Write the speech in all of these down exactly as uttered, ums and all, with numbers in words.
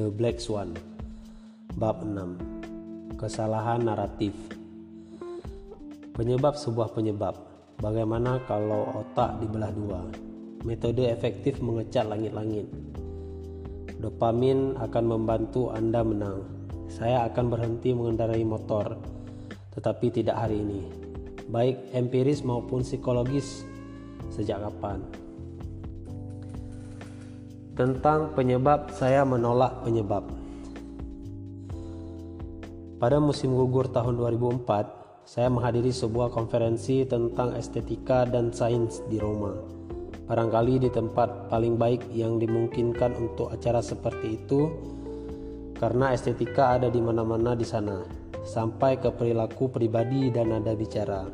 The Black Swan. Bab enam. Kesalahan naratif. Penyebab sebuah penyebab. Bagaimana kalau otak dibelah dua? Metode efektif mengecat langit-langit. Dopamin akan membantu Anda menang. Saya akan berhenti mengendarai motor, tetapi tidak hari ini. Baik empiris maupun psikologis. Sejak kapan? Tentang penyebab, saya menolak penyebab. Pada musim gugur tahun dua ribu empat, saya menghadiri sebuah konferensi tentang estetika dan sains di Roma. Barangkali di tempat paling baik yang dimungkinkan untuk acara seperti itu, karena estetika ada di mana-mana di sana, sampai ke perilaku pribadi dan nada bicara.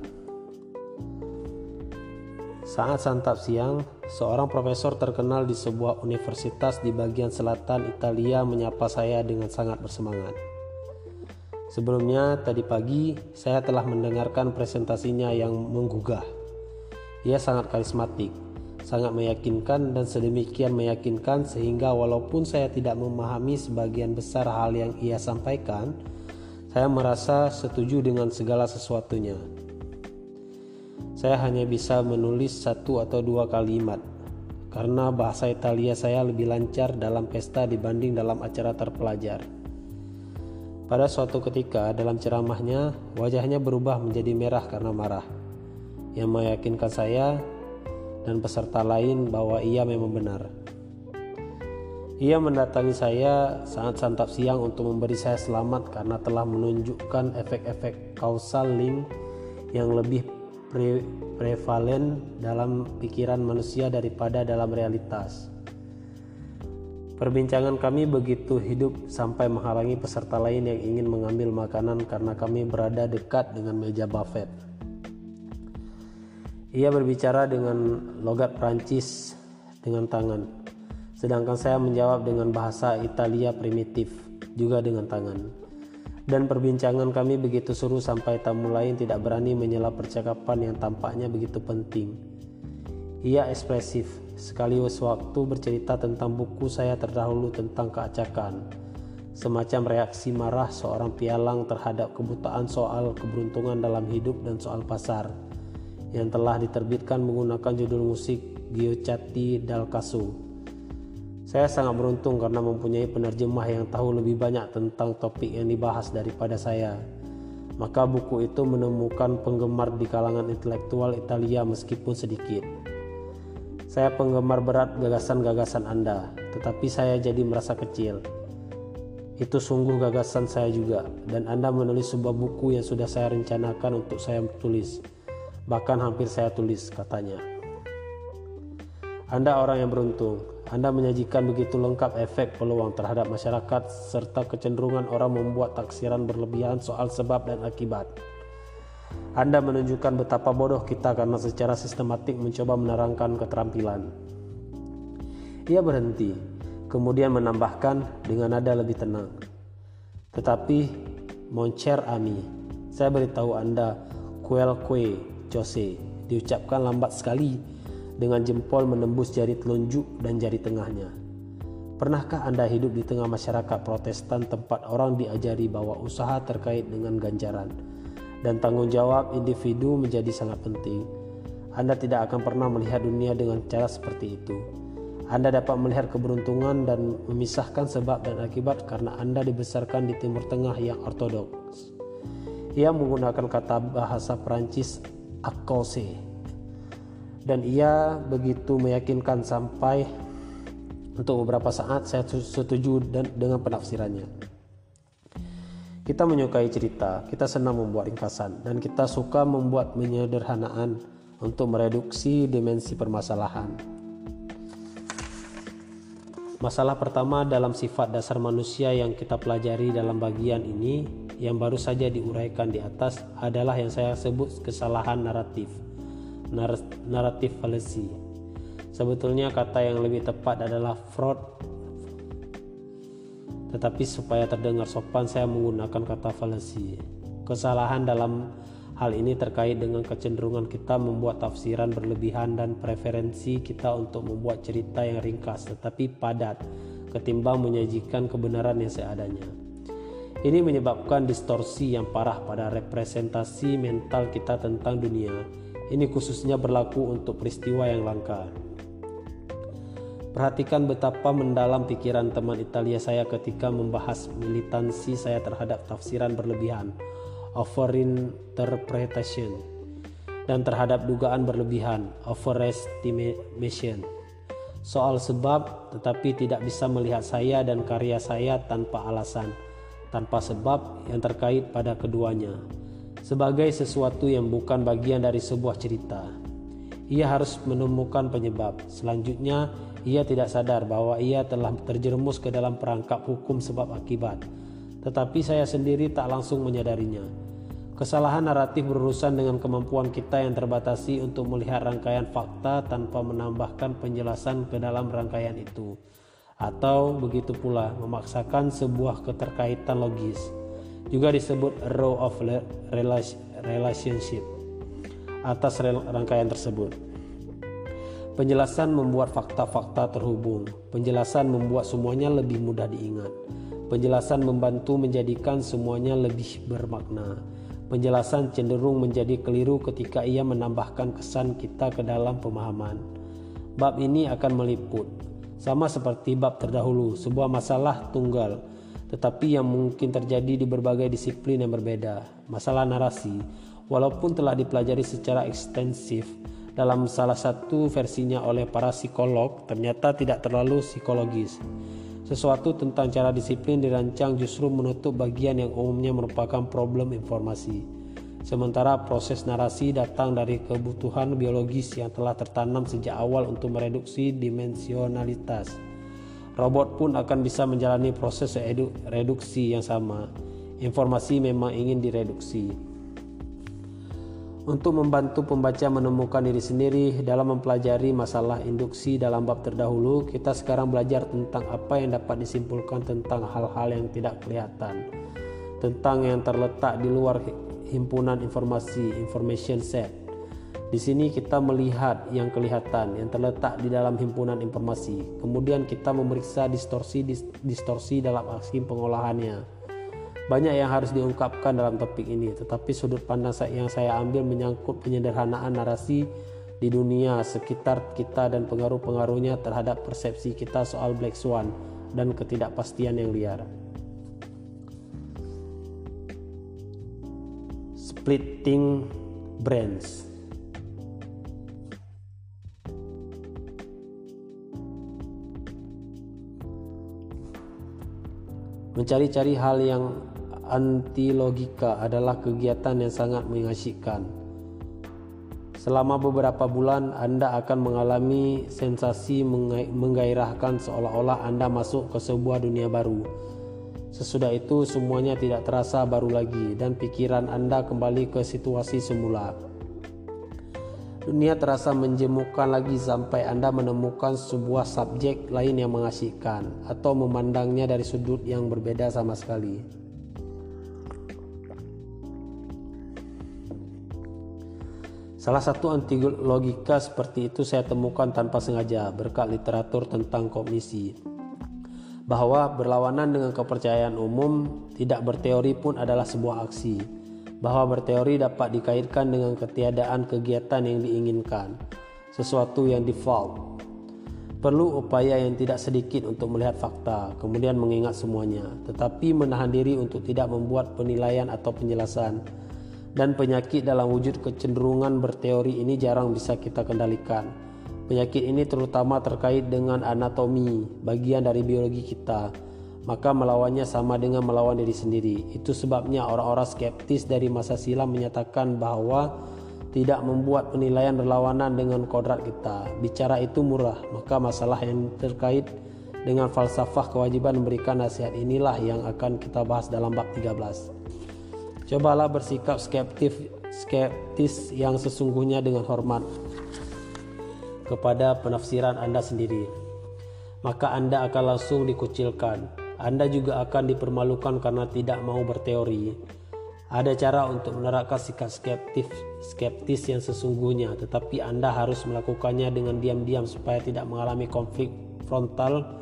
Saat santap siang, seorang profesor terkenal di sebuah universitas di bagian selatan Italia menyapa saya dengan sangat bersemangat. Sebelumnya, tadi pagi, saya telah mendengarkan presentasinya yang menggugah. Ia sangat karismatik, sangat meyakinkan dan sedemikian meyakinkan sehingga walaupun saya tidak memahami sebagian besar hal yang ia sampaikan, saya merasa setuju dengan segala sesuatunya. Saya hanya bisa menulis satu atau dua kalimat, karena bahasa Italia saya lebih lancar dalam pesta dibanding dalam acara terpelajar. Pada suatu ketika dalam ceramahnya, wajahnya berubah menjadi merah karena marah, yang meyakinkan saya dan peserta lain bahwa ia memang benar. Ia mendatangi saya saat santap siang untuk memberi saya selamat karena telah menunjukkan efek-efek causal link yang lebih pre- prevalen dalam pikiran manusia daripada dalam realitas. Perbincangan kami begitu hidup sampai menghalangi peserta lain yang ingin mengambil makanan karena kami berada dekat dengan meja buffet. Ia berbicara dengan logat Prancis dengan tangan, sedangkan saya menjawab dengan bahasa Italia primitif, juga dengan tangan. Dan perbincangan kami begitu seru sampai tamu lain tidak berani menyela percakapan yang tampaknya begitu penting. Ia ekspresif, sekaligus waktu bercerita tentang buku saya terdahulu tentang keacakan, semacam reaksi marah seorang pialang terhadap kebutaan soal keberuntungan dalam hidup dan soal pasar, yang telah diterbitkan menggunakan judul musik Giocatti dal Caso. Saya sangat beruntung karena mempunyai penerjemah yang tahu lebih banyak tentang topik yang dibahas daripada saya. Maka buku itu menemukan penggemar di kalangan intelektual Italia meskipun sedikit. Saya penggemar berat gagasan-gagasan Anda, tetapi saya jadi merasa kecil. Itu sungguh gagasan saya juga, dan Anda menulis sebuah buku yang sudah saya rencanakan untuk saya tulis. Bahkan hampir saya tulis, katanya. Anda orang yang beruntung. Anda menyajikan begitu lengkap efek peluang terhadap masyarakat serta kecenderungan orang membuat taksiran berlebihan soal sebab dan akibat. Anda menunjukkan betapa bodoh kita karena secara sistematik mencoba menerangkan keterampilan. Ia berhenti, kemudian menambahkan dengan nada lebih tenang. Tetapi, mon cher ami, saya beritahu Anda, quel que Jose diucapkan lambat sekali dengan jempol menembus jari telunjuk dan jari tengahnya. Pernahkah Anda hidup di tengah masyarakat Protestan tempat orang diajari bahwa usaha terkait dengan ganjaran dan tanggung jawab individu menjadi sangat penting? Anda tidak akan pernah melihat dunia dengan cara seperti itu. Anda dapat melihat keberuntungan dan memisahkan sebab dan akibat karena Anda dibesarkan di Timur Tengah yang ortodoks. Ia menggunakan kata bahasa Perancis akose, dan ia begitu meyakinkan sampai untuk beberapa saat saya setuju dengan penafsirannya. Kita menyukai cerita, kita senang membuat ringkasan, dan kita suka membuat penyederhanaan untuk mereduksi dimensi permasalahan. Masalah pertama dalam sifat dasar manusia yang kita pelajari dalam bagian ini, yang baru saja diuraikan di atas, adalah yang saya sebut kesalahan naratif, nar- naratif fallacy. Sebetulnya kata yang lebih tepat adalah fraud, tetapi supaya terdengar sopan saya menggunakan kata fallacy. Kesalahan dalam hal ini terkait dengan kecenderungan kita membuat tafsiran berlebihan dan preferensi kita untuk membuat cerita yang ringkas tetapi padat ketimbang menyajikan kebenaran yang seadanya. Ini menyebabkan distorsi yang parah pada representasi mental kita tentang dunia. Ini khususnya berlaku untuk peristiwa yang langka. Perhatikan betapa mendalam pikiran teman Italia saya ketika membahas militansi saya terhadap tafsiran berlebihan, overinterpretation, dan terhadap dugaan berlebihan, overestimation. Soal sebab, tetapi tidak bisa melihat saya dan karya saya tanpa alasan, tanpa sebab yang terkait pada keduanya, sebagai sesuatu yang bukan bagian dari sebuah cerita. Ia harus menemukan penyebab. Selanjutnya, ia tidak sadar bahwa ia telah terjerumus ke dalam perangkap hukum sebab akibat, tetapi saya sendiri tak langsung menyadarinya. Kesalahan naratif berurusan dengan kemampuan kita yang terbatasi untuk melihat rangkaian fakta tanpa menambahkan penjelasan ke dalam rangkaian itu, atau begitu pula memaksakan sebuah keterkaitan logis, juga disebut row of relationship, atas rangkaian tersebut. Penjelasan membuat fakta-fakta terhubung. Penjelasan membuat semuanya lebih mudah diingat. Penjelasan membantu menjadikan semuanya lebih bermakna. Penjelasan cenderung menjadi keliru ketika ia menambahkan kesan kita ke dalam pemahaman. Bab ini akan meliput, sama seperti bab terdahulu, sebuah masalah tunggal, tetapi yang mungkin terjadi di berbagai disiplin yang berbeda. Masalah narasi, walaupun telah dipelajari secara ekstensif dalam salah satu versinya oleh para psikolog, ternyata tidak terlalu psikologis. Sesuatu tentang cara disiplin dirancang justru menutup bagian yang umumnya merupakan problem informasi. Sementara proses narasi datang dari kebutuhan biologis yang telah tertanam sejak awal untuk mereduksi dimensionalitas. Robot pun akan bisa menjalani proses reduksi yang sama. Informasi memang ingin direduksi. Untuk membantu pembaca menemukan diri sendiri dalam mempelajari masalah induksi dalam bab terdahulu, kita sekarang belajar tentang apa yang dapat disimpulkan tentang hal-hal yang tidak kelihatan, tentang yang terletak di luar himpunan informasi, information set. Di sini kita melihat yang kelihatan, yang terletak di dalam himpunan informasi. Kemudian kita memeriksa distorsi-distorsi dalam aksi pengolahannya. Banyak yang harus diungkapkan dalam topik ini, tetapi sudut pandang yang saya ambil menyangkut penyederhanaan narasi di dunia sekitar kita dan pengaruh-pengaruhnya terhadap persepsi kita soal Black Swan dan ketidakpastian yang liar. Splitting brains. Mencari-cari hal yang anti logika adalah kegiatan yang sangat mengasyikkan. Selama beberapa bulan Anda akan mengalami sensasi menggairahkan seolah-olah Anda masuk ke sebuah dunia baru. Sesudah itu semuanya tidak terasa baru lagi dan pikiran Anda kembali ke situasi semula. Dunia terasa menjemukan lagi sampai Anda menemukan sebuah subjek lain yang mengasyikkan atau memandangnya dari sudut yang berbeda sama sekali. Salah satu anti logika seperti itu saya temukan tanpa sengaja berkat literatur tentang kognisi. Bahwa berlawanan dengan kepercayaan umum, tidak berteori pun adalah sebuah aksi. Bahwa berteori dapat dikaitkan dengan ketiadaan kegiatan yang diinginkan, sesuatu yang default. Perlu upaya yang tidak sedikit untuk melihat fakta, kemudian mengingat semuanya, tetapi menahan diri untuk tidak membuat penilaian atau penjelasan. Dan penyakit dalam wujud kecenderungan berteori ini jarang bisa kita kendalikan. Penyakit ini terutama terkait dengan anatomi, bagian dari biologi kita. Maka melawannya sama dengan melawan diri sendiri. Itu sebabnya orang-orang skeptis dari masa silam menyatakan bahwa tidak membuat penilaian berlawanan dengan kodrat kita. Bicara itu murah, maka masalah yang terkait dengan falsafah kewajiban memberikan nasihat inilah yang akan kita bahas dalam bab tiga belas. Cobalah bersikap skeptis, skeptis yang sesungguhnya dengan hormat kepada penafsiran Anda sendiri. Maka Anda akan langsung dikucilkan. Anda juga akan dipermalukan karena tidak mau berteori. Ada cara untuk menerapkan sikap skeptis, skeptis yang sesungguhnya, tetapi Anda harus melakukannya dengan diam-diam supaya tidak mengalami konflik frontal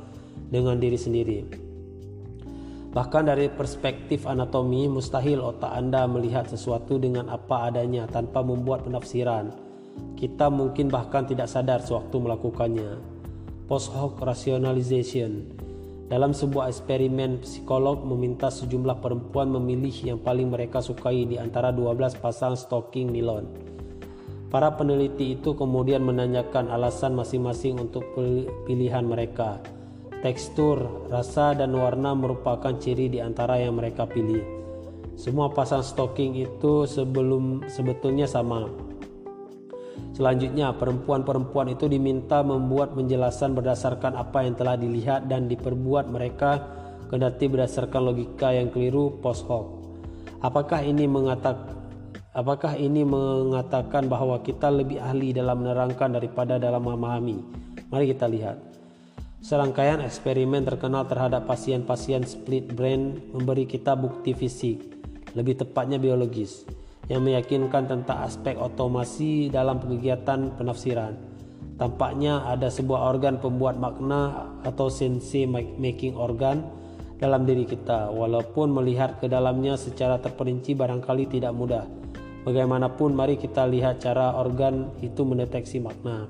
dengan diri sendiri. Bahkan dari perspektif anatomi, mustahil otak Anda melihat sesuatu dengan apa adanya tanpa membuat penafsiran. Kita mungkin bahkan tidak sadar sewaktu melakukannya. Post hoc rationalization. Dalam sebuah eksperimen, psikolog meminta sejumlah perempuan memilih yang paling mereka sukai di antara dua belas pasang stocking nilon. Para peneliti itu kemudian menanyakan alasan masing-masing untuk pilihan mereka. Tekstur, rasa, dan warna merupakan ciri di antara yang mereka pilih. Semua pasang stocking itu sebelum sebetulnya sama. Selanjutnya, perempuan-perempuan itu diminta membuat penjelasan berdasarkan apa yang telah dilihat dan diperbuat mereka, kendati berdasarkan logika yang keliru post hoc. Apakah ini mengatakan Apakah ini mengatakan bahwa kita lebih ahli dalam menerangkan daripada dalam memahami? Mari kita lihat. Serangkaian eksperimen terkenal terhadap pasien-pasien split brain memberi kita bukti fisik, lebih tepatnya biologis, yang meyakinkan tentang aspek otomasi dalam kegiatan penafsiran. Tampaknya ada sebuah organ pembuat makna atau sense making organ dalam diri kita, walaupun melihat ke dalamnya secara terperinci barangkali tidak mudah. Bagaimanapun, mari kita lihat cara organ itu mendeteksi makna.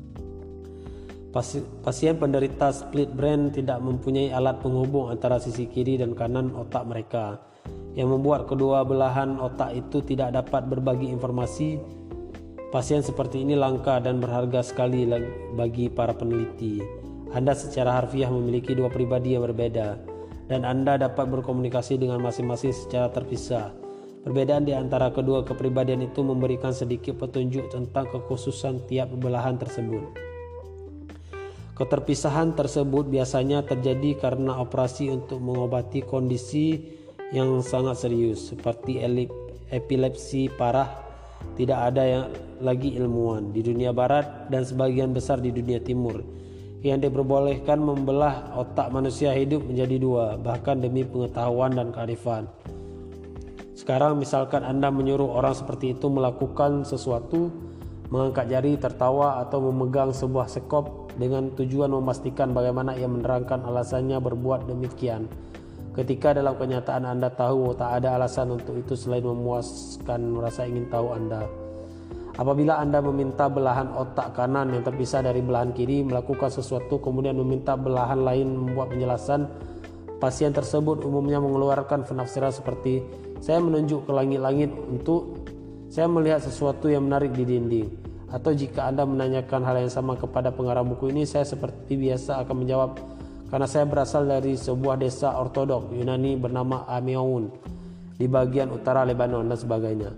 Pasien penderita split brain tidak mempunyai alat penghubung antara sisi kiri dan kanan otak mereka, yang membuat kedua belahan otak itu tidak dapat berbagi informasi. Pasien seperti ini langka dan berharga sekali bagi para peneliti. Anda secara harfiah memiliki dua pribadi yang berbeda, dan Anda dapat berkomunikasi dengan masing-masing secara terpisah. Perbedaan di antara kedua kepribadian itu memberikan sedikit petunjuk tentang kekhususan tiap belahan tersebut. Keterpisahan tersebut biasanya terjadi karena operasi untuk mengobati kondisi yang sangat serius seperti epilepsi parah. Tidak ada yang lagi ilmuwan di dunia barat dan sebagian besar di dunia timur yang diperbolehkan membelah otak manusia hidup menjadi dua, bahkan demi pengetahuan dan kearifan. Sekarang misalkan Anda menyuruh orang seperti itu melakukan sesuatu, mengangkat jari, tertawa, atau memegang sebuah sekop dengan tujuan memastikan bagaimana ia menerangkan alasannya berbuat demikian. Ketika dalam kenyataan Anda tahu tak ada alasan untuk itu selain memuaskan rasa ingin tahu Anda. Apabila Anda meminta belahan otak kanan yang terpisah dari belahan kiri melakukan sesuatu, kemudian meminta belahan lain membuat penjelasan, pasien tersebut umumnya mengeluarkan penafsiran seperti, saya menunjuk ke langit-langit untuk saya melihat sesuatu yang menarik di dinding. Atau jika Anda menanyakan hal yang sama kepada pengarang buku ini, saya seperti biasa akan menjawab, karena saya berasal dari sebuah desa ortodok Yunani bernama Amiaun di bagian utara Lebanon dan sebagainya.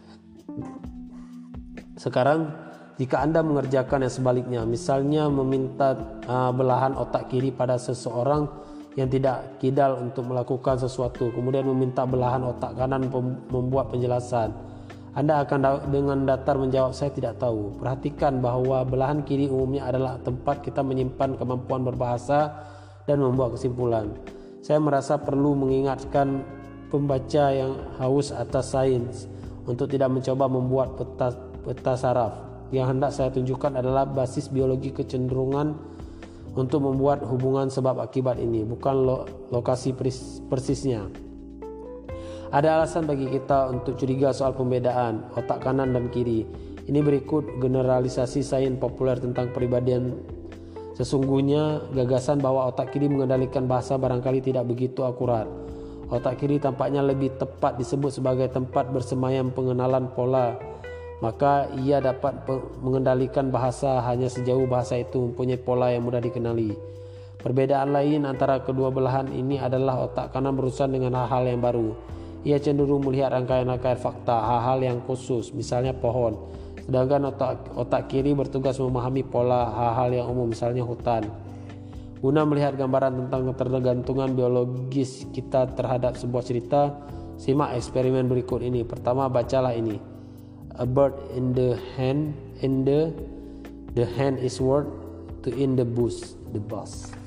Sekarang jika Anda mengerjakan yang sebaliknya, misalnya meminta uh, belahan otak kiri pada seseorang yang tidak kidal untuk melakukan sesuatu, kemudian meminta belahan otak kanan membuat penjelasan, Anda akan da- dengan datar menjawab, saya tidak tahu. Perhatikan bahwa belahan kiri umumnya adalah tempat kita menyimpan kemampuan berbahasa dan membuat kesimpulan. Saya merasa perlu mengingatkan pembaca yang haus atas sains untuk tidak mencoba membuat peta, peta saraf. Yang hendak saya tunjukkan adalah basis biologi kecenderungan untuk membuat hubungan sebab akibat ini, bukan lo, lokasi persisnya. Ada alasan bagi kita untuk curiga soal pembedaan otak kanan dan kiri. Ini berikut generalisasi sains populer tentang kepribadian. Sesungguhnya gagasan bahwa otak kiri mengendalikan bahasa barangkali tidak begitu akurat. Otak kiri tampaknya lebih tepat disebut sebagai tempat bersemayam pengenalan pola. Maka ia dapat mengendalikan bahasa hanya sejauh bahasa itu mempunyai pola yang mudah dikenali. Perbedaan lain antara kedua belahan ini adalah otak kanan berurusan dengan hal-hal yang baru. Ia cenderung melihat rangkaian-rangkaian fakta, hal-hal yang khusus, misalnya pohon. Sedangkan otak, otak kiri bertugas memahami pola hal-hal yang umum, misalnya hutan. Guna melihat gambaran tentang ketergantungan biologis kita terhadap sebuah cerita, simak eksperimen berikut ini. Pertama, bacalah ini. A bird in the hand, in the the hand is worth to in the bush, the bus.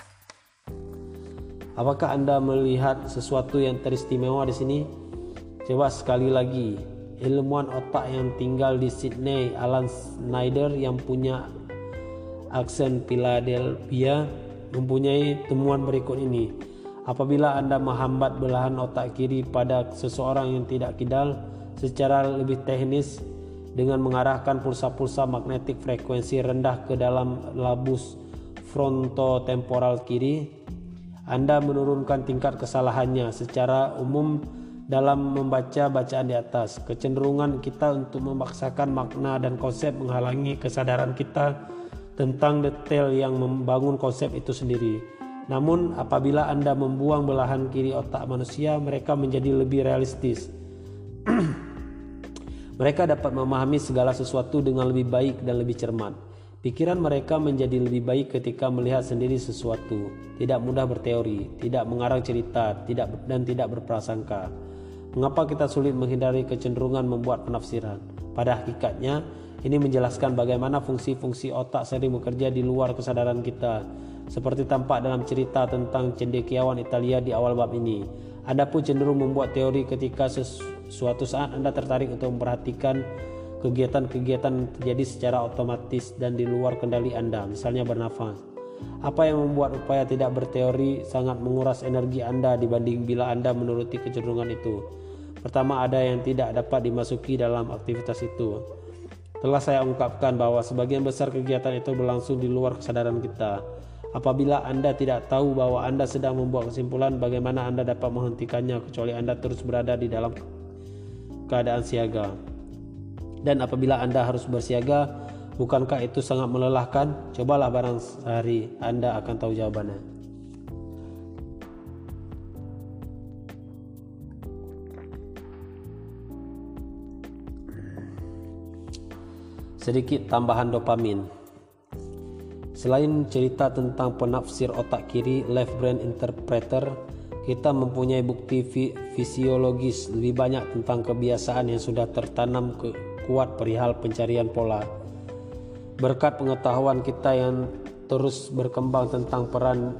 Apakah Anda melihat sesuatu yang teristimewa di sini? Coba sekali lagi. Ilmuwan otak yang tinggal di Sydney, Alan Snyder, yang punya aksen Philadelphia, mempunyai temuan berikut ini. Apabila Anda menghambat belahan otak kiri pada seseorang yang tidak kidal secara lebih teknis dengan mengarahkan pulsa-pulsa magnetik frekuensi rendah ke dalam labus frontotemporal kiri, Anda menurunkan tingkat kesalahannya. Secara umum dalam membaca bacaan di atas, kecenderungan kita untuk memaksakan makna dan konsep menghalangi kesadaran kita tentang detail yang membangun konsep itu sendiri. Namun apabila Anda membuang belahan kiri otak manusia, mereka menjadi lebih realistis. Mereka dapat memahami segala sesuatu dengan lebih baik dan lebih cermat. Pikiran mereka menjadi lebih baik ketika melihat sendiri sesuatu, tidak mudah berteori, tidak mengarang cerita, tidak dan tidak berprasangka. Mengapa kita sulit menghindari kecenderungan membuat penafsiran? Pada hakikatnya, ini menjelaskan bagaimana fungsi-fungsi otak sering bekerja di luar kesadaran kita, seperti tampak dalam cerita tentang cendekiawan Italia di awal bab ini. Anda pun cenderung membuat teori ketika suatu saat Anda tertarik untuk memperhatikan kegiatan-kegiatan terjadi secara otomatis dan di luar kendali Anda, misalnya bernafas. Apa yang membuat upaya tidak berteori sangat menguras energi Anda dibanding bila Anda menuruti kecenderungan itu? Pertama, ada yang tidak dapat dimasuki dalam aktivitas itu. Telah saya ungkapkan bahwa sebagian besar kegiatan itu berlangsung di luar kesadaran kita. Apabila Anda tidak tahu bahwa Anda sedang membuat kesimpulan, bagaimana Anda dapat menghentikannya kecuali Anda terus berada di dalam keadaan siaga? Dan apabila Anda harus bersiaga, bukankah itu sangat melelahkan? Cobalah barangkali Anda akan tahu jawabannya. Sedikit tambahan dopamin. Selain cerita tentang penafsir otak kiri, left brain interpreter, kita mempunyai bukti fi- fisiologis lebih banyak tentang kebiasaan yang sudah tertanam ke kuat perihal pencarian pola. Berkat pengetahuan kita yang terus berkembang tentang peran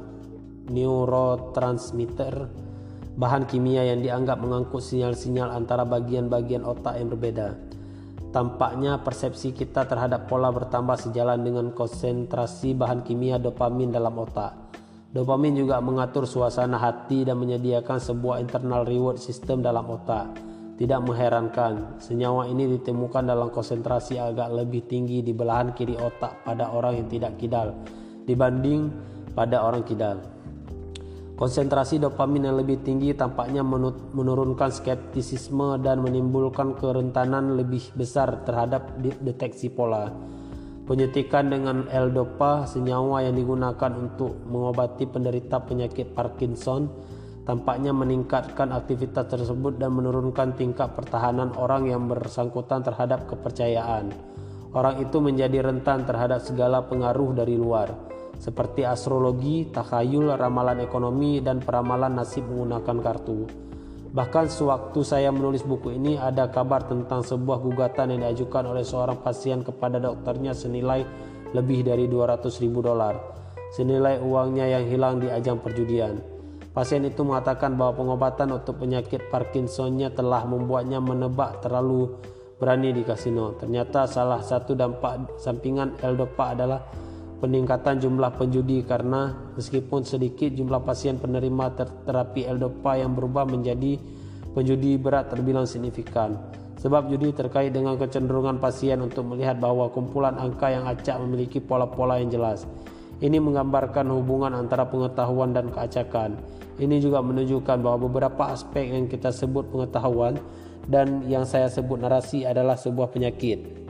neurotransmitter, bahan kimia yang dianggap mengangkut sinyal-sinyal antara bagian-bagian otak yang berbeda, tampaknya persepsi kita terhadap pola bertambah sejalan dengan konsentrasi bahan kimia dopamin dalam otak. Dopamin juga mengatur suasana hati dan menyediakan sebuah internal reward system dalam otak. Tidak mengherankan, senyawa ini ditemukan dalam konsentrasi agak lebih tinggi di belahan kiri otak pada orang yang tidak kidal dibanding pada orang kidal. Konsentrasi dopamin yang lebih tinggi tampaknya menurunkan skeptisisme dan menimbulkan kerentanan lebih besar terhadap deteksi pola. Penyuntikan dengan L-dopa, senyawa yang digunakan untuk mengobati penderita penyakit Parkinson, tampaknya meningkatkan aktivitas tersebut dan menurunkan tingkat pertahanan orang yang bersangkutan terhadap kepercayaan. Orang itu menjadi rentan terhadap segala pengaruh dari luar, seperti astrologi, takhayul, ramalan ekonomi, dan peramalan nasib menggunakan kartu. Bahkan sewaktu saya menulis buku ini, ada kabar tentang sebuah gugatan yang diajukan oleh seorang pasien kepada dokternya senilai lebih dari dua ratus ribu dolar, senilai uangnya yang hilang di ajang perjudian. Pasien itu mengatakan bahwa pengobatan untuk penyakit Parkinsonnya telah membuatnya menebak terlalu berani di kasino. Ternyata salah satu dampak sampingan L-dopa adalah peningkatan jumlah penjudi, karena meskipun sedikit jumlah pasien penerima ter- terapi L-dopa yang berubah menjadi penjudi berat terbilang signifikan. Sebab judi terkait dengan kecenderungan pasien untuk melihat bahwa kumpulan angka yang acak memiliki pola-pola yang jelas. Ini menggambarkan hubungan antara pengetahuan dan keacakan. Ini juga menunjukkan bahwa beberapa aspek yang kita sebut pengetahuan dan yang saya sebut narasi adalah sebuah penyakit.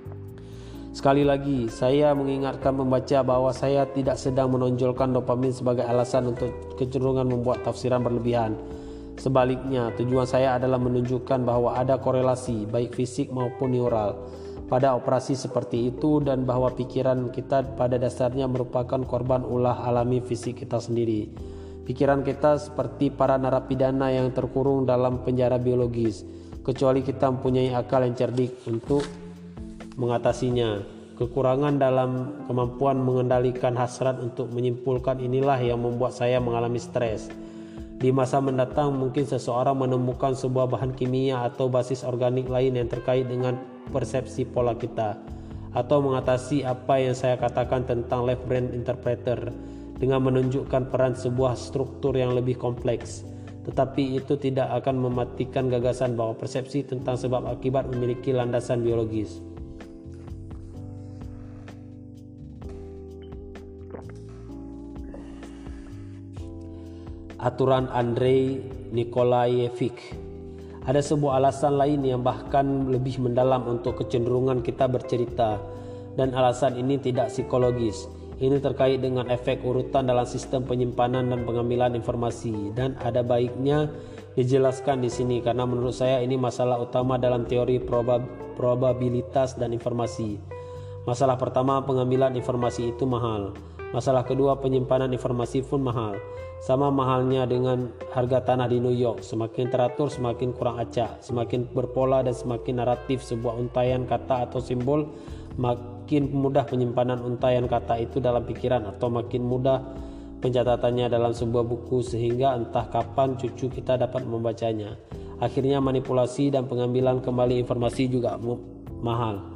Sekali lagi, saya mengingatkan membaca bahwa saya tidak sedang menonjolkan dopamin sebagai alasan untuk kecenderungan membuat tafsiran berlebihan. Sebaliknya, tujuan saya adalah menunjukkan bahwa ada korelasi, baik fisik maupun neural, pada operasi seperti itu, dan bahwa pikiran kita pada dasarnya merupakan korban ulah alami fisik kita sendiri. Pikiran kita seperti para narapidana yang terkurung dalam penjara biologis, kecuali kita mempunyai akal yang cerdik untuk mengatasinya. Kekurangan dalam kemampuan mengendalikan hasrat untuk menyimpulkan inilah yang membuat saya mengalami stres. Di masa mendatang mungkin seseorang menemukan sebuah bahan kimia atau basis organik lain yang terkait dengan persepsi pola kita, atau mengatasi apa yang saya katakan tentang left brain interpreter dengan menunjukkan peran sebuah struktur yang lebih kompleks. Tetapi itu tidak akan mematikan gagasan bahwa persepsi tentang sebab akibat memiliki landasan biologis. Aturan Andrei Nikolaevich. Ada sebuah alasan lain yang bahkan lebih mendalam untuk kecenderungan kita bercerita, dan alasan ini tidak psikologis. Ini terkait dengan efek urutan dalam sistem penyimpanan dan pengambilan informasi, dan ada baiknya dijelaskan di sini karena menurut saya ini masalah utama dalam teori probab- probabilitas dan informasi. Masalah pertama, pengambilan informasi itu mahal. Masalah kedua, penyimpanan informasi pun mahal. Sama mahalnya dengan harga tanah di New York. Semakin teratur, semakin kurang acak. Semakin berpola dan semakin naratif sebuah untaian kata atau simbol, makin mudah penyimpanan untaian kata itu dalam pikiran, atau makin mudah pencatatannya dalam sebuah buku sehingga entah kapan cucu kita dapat membacanya. Akhirnya manipulasi dan pengambilan kembali informasi juga mahal.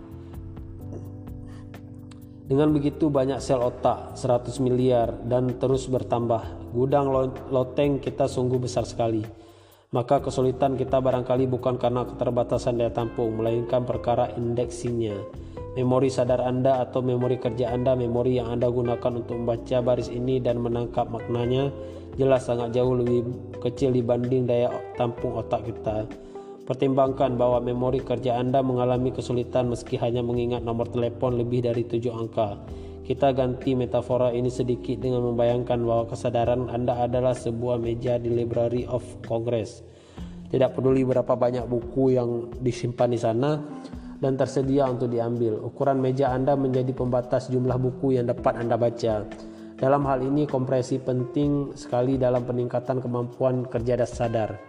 Dengan begitu banyak sel otak, seratus miliar dan terus bertambah. Gudang loteng kita sungguh besar sekali. Maka kesulitan kita barangkali bukan karena keterbatasan daya tampung, melainkan perkara indeksingnya. Memori sadar Anda atau memori kerja Anda, memori yang Anda gunakan untuk membaca baris ini dan menangkap maknanya, jelas sangat jauh lebih kecil dibanding daya tampung otak kita. Pertimbangkan bahwa memori kerja Anda mengalami kesulitan meski hanya mengingat nomor telepon lebih dari tujuh angka. Kita ganti metafora ini sedikit dengan membayangkan bahwa kesadaran Anda adalah sebuah meja di Library of Congress. Tidak peduli berapa banyak buku yang disimpan di sana dan tersedia untuk diambil, ukuran meja Anda menjadi pembatas jumlah buku yang dapat Anda baca. Dalam hal ini, kompresi penting sekali dalam peningkatan kemampuan kerja sadar.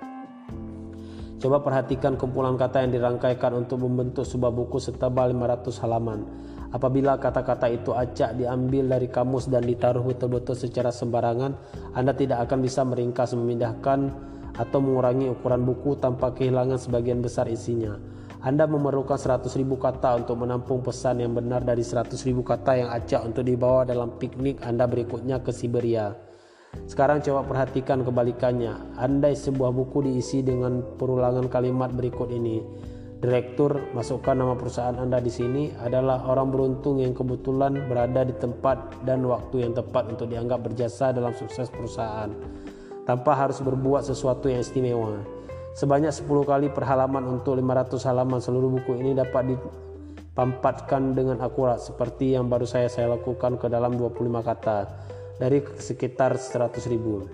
Coba perhatikan kumpulan kata yang dirangkaikan untuk membentuk sebuah buku setebal lima ratus halaman. Apabila kata-kata itu acak diambil dari kamus dan ditaruh betul-betul secara sembarangan, Anda tidak akan bisa meringkas, memindahkan, atau mengurangi ukuran buku tanpa kehilangan sebagian besar isinya. Anda memerlukan seratus ribu kata untuk menampung pesan yang benar dari seratus ribu kata yang acak untuk dibawa dalam piknik Anda berikutnya ke Siberia. Sekarang coba perhatikan kebalikannya. Andai sebuah buku diisi dengan perulangan kalimat berikut ini. Direktur, masukkan nama perusahaan Anda di sini, adalah orang beruntung yang kebetulan berada di tempat dan waktu yang tepat untuk dianggap berjasa dalam sukses perusahaan, tanpa harus berbuat sesuatu yang istimewa. Sebanyak sepuluh kali per halaman untuk lima ratus halaman, seluruh buku ini dapat dipampatkan dengan akurat seperti yang baru saya saya lakukan ke dalam dua puluh lima kata. Dari sekitar seratus ribu.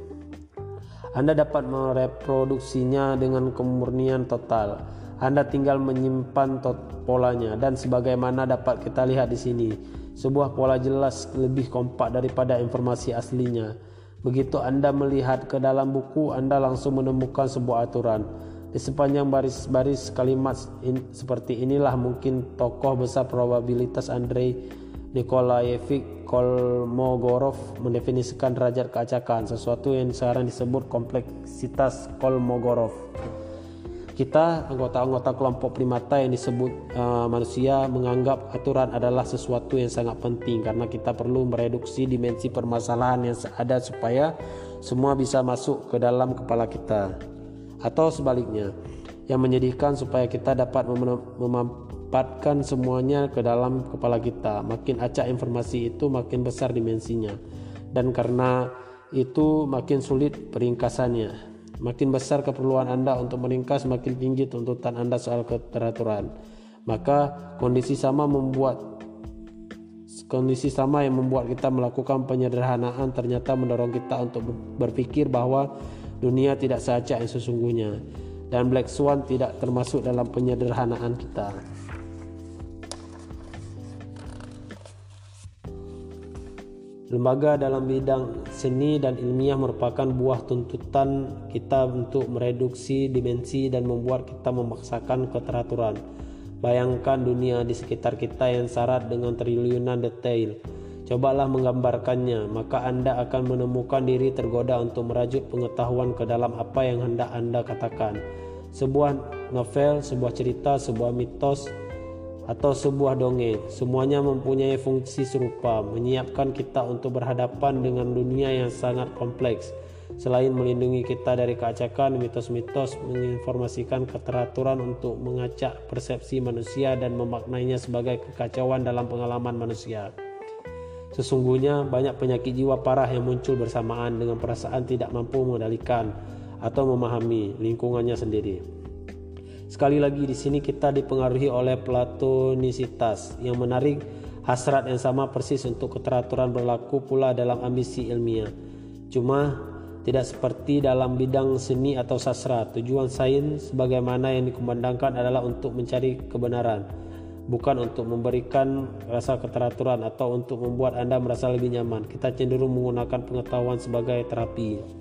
Anda dapat mereproduksinya dengan kemurnian total. Anda tinggal menyimpan tot polanya, dan sebagaimana dapat kita lihat di sini, sebuah pola jelas lebih kompak daripada informasi aslinya. Begitu Anda melihat ke dalam buku, Anda langsung menemukan sebuah aturan. Di sepanjang baris-baris kalimat in, seperti inilah mungkin tokoh besar probabilitas Andrei Nikolaevich Kolmogorov mendefinisikan derajat keacakan, sesuatu yang sekarang disebut kompleksitas Kolmogorov. Kita, anggota-anggota kelompok primata yang disebut uh, manusia, menganggap aturan adalah sesuatu yang sangat penting karena kita perlu mereduksi dimensi permasalahan yang ada supaya semua bisa masuk ke dalam kepala kita. Atau sebaliknya, yang menyedihkan supaya kita dapat mem- mem- Tempatkan semuanya ke dalam kepala kita. Makin acak informasi itu, makin besar dimensinya, dan karena itu makin sulit peringkasannya. Makin besar keperluan Anda untuk meringkas, makin tinggi tuntutan Anda soal keteraturan. Maka kondisi sama membuat kondisi sama yang membuat kita melakukan penyederhanaan ternyata mendorong kita untuk berpikir bahwa dunia tidak seacak yang sesungguhnya, dan Black Swan tidak termasuk dalam penyederhanaan kita. Lembaga dalam bidang seni dan ilmiah merupakan buah tuntutan kita untuk mereduksi dimensi dan membuat kita memaksakan keteraturan. Bayangkan dunia di sekitar kita yang syarat dengan triliunan detail. Cobalah menggambarkannya, maka Anda akan menemukan diri tergoda untuk merajut pengetahuan ke dalam apa yang hendak Anda katakan. Sebuah novel, sebuah cerita, sebuah mitos, atau sebuah dongeng. Semuanya mempunyai fungsi serupa, menyiapkan kita untuk berhadapan dengan dunia yang sangat kompleks. Selain melindungi kita dari keacekan, mitos-mitos menginformasikan keteraturan untuk mengacak persepsi manusia dan memaknainya sebagai kekacauan dalam pengalaman manusia. Sesungguhnya banyak penyakit jiwa parah yang muncul bersamaan dengan perasaan tidak mampu mengendalikan atau memahami lingkungannya sendiri. Sekali lagi di sini kita dipengaruhi oleh platonisitas yang menarik hasrat yang sama persis untuk keteraturan berlaku pula dalam ambisi ilmiah. Cuma tidak seperti dalam bidang seni atau sastra. Tujuan sains sebagaimana yang dikumandangkan adalah untuk mencari kebenaran, bukan untuk memberikan rasa keteraturan atau untuk membuat Anda merasa lebih nyaman. Kita cenderung menggunakan pengetahuan sebagai terapi.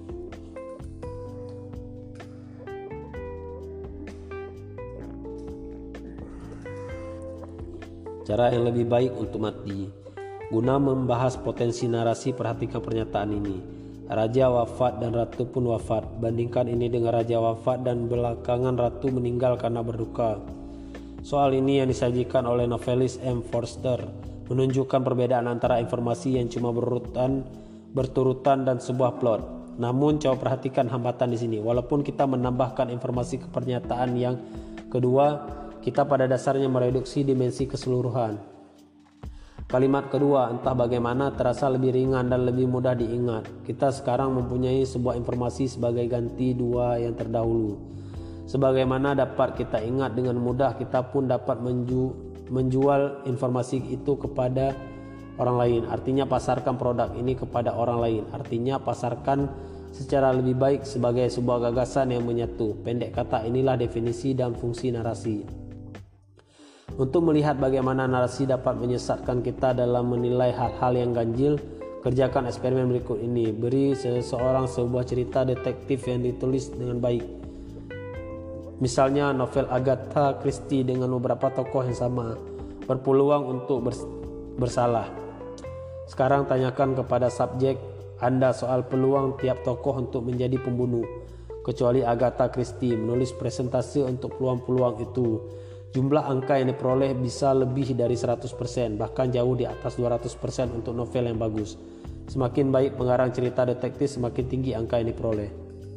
Cara yang lebih baik untuk mati. Guna membahas potensi narasi, perhatikan pernyataan ini. Raja wafat dan ratu pun wafat. Bandingkan ini dengan raja wafat dan belakangan ratu meninggal karena berduka. Soal ini yang disajikan oleh novelis M. Forster menunjukkan perbedaan antara informasi yang cuma berurutan, berturutan dan sebuah plot. Namun coba perhatikan hambatan di sini. Walaupun kita menambahkan informasi ke pernyataan yang kedua, kita pada dasarnya mereduksi dimensi keseluruhan. Kalimat kedua entah bagaimana terasa lebih ringan dan lebih mudah diingat. Kita sekarang mempunyai sebuah informasi sebagai ganti dua yang terdahulu. Sebagaimana dapat kita ingat dengan mudah, kita pun dapat menju, menjual informasi itu kepada orang lain. Artinya pasarkan produk ini kepada orang lain. Artinya pasarkan secara lebih baik sebagai sebuah gagasan yang menyatu. Pendek kata, inilah definisi dan fungsi narasi. Untuk melihat bagaimana narasi dapat menyesatkan kita dalam menilai hal-hal yang ganjil, kerjakan eksperimen berikut ini. Beri seseorang sebuah cerita detektif yang ditulis dengan baik. Misalnya novel Agatha Christie dengan beberapa tokoh yang sama, berpeluang untuk bers- bersalah. Sekarang tanyakan kepada subjek Anda soal peluang tiap tokoh untuk menjadi pembunuh. Kecuali Agatha Christie menulis presentasi untuk peluang-peluang itu. Jumlah angka yang diperoleh bisa lebih dari seratus persen, bahkan jauh di atas dua ratus persen untuk novel yang bagus. Semakin baik pengarang cerita detektif, semakin tinggi angka yang diperoleh.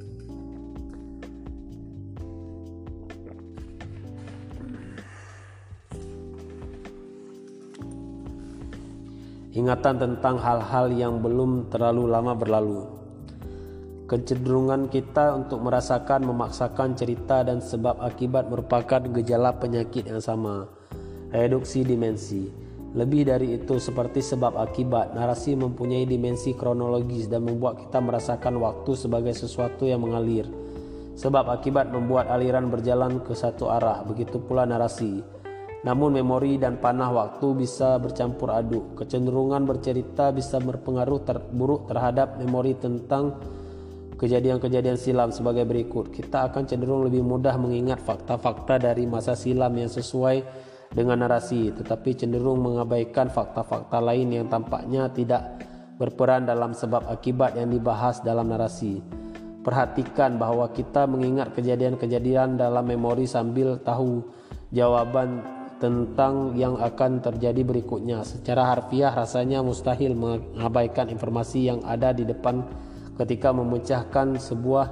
Ingatan tentang hal-hal yang belum terlalu lama berlalu. Kecenderungan kita untuk merasakan memaksakan cerita dan sebab akibat merupakan gejala penyakit yang sama. Reduksi dimensi. Lebih dari itu, seperti sebab akibat, narasi mempunyai dimensi kronologis dan membuat kita merasakan waktu sebagai sesuatu yang mengalir. Sebab akibat membuat aliran berjalan ke satu arah, begitu pula narasi. Namun memori dan panah waktu bisa bercampur aduk. Kecenderungan bercerita bisa berpengaruh ter- buruk terhadap memori tentang kejadian-kejadian silam sebagai berikut. Kita akan cenderung lebih mudah mengingat fakta-fakta dari masa silam yang sesuai dengan narasi, tetapi cenderung mengabaikan fakta-fakta lain yang tampaknya tidak berperan dalam sebab akibat yang dibahas dalam narasi. Perhatikan bahwa kita mengingat kejadian-kejadian dalam memori sambil tahu jawaban tentang yang akan terjadi berikutnya. Secara harfiah rasanya mustahil mengabaikan informasi yang ada di depan ketika memecahkan sebuah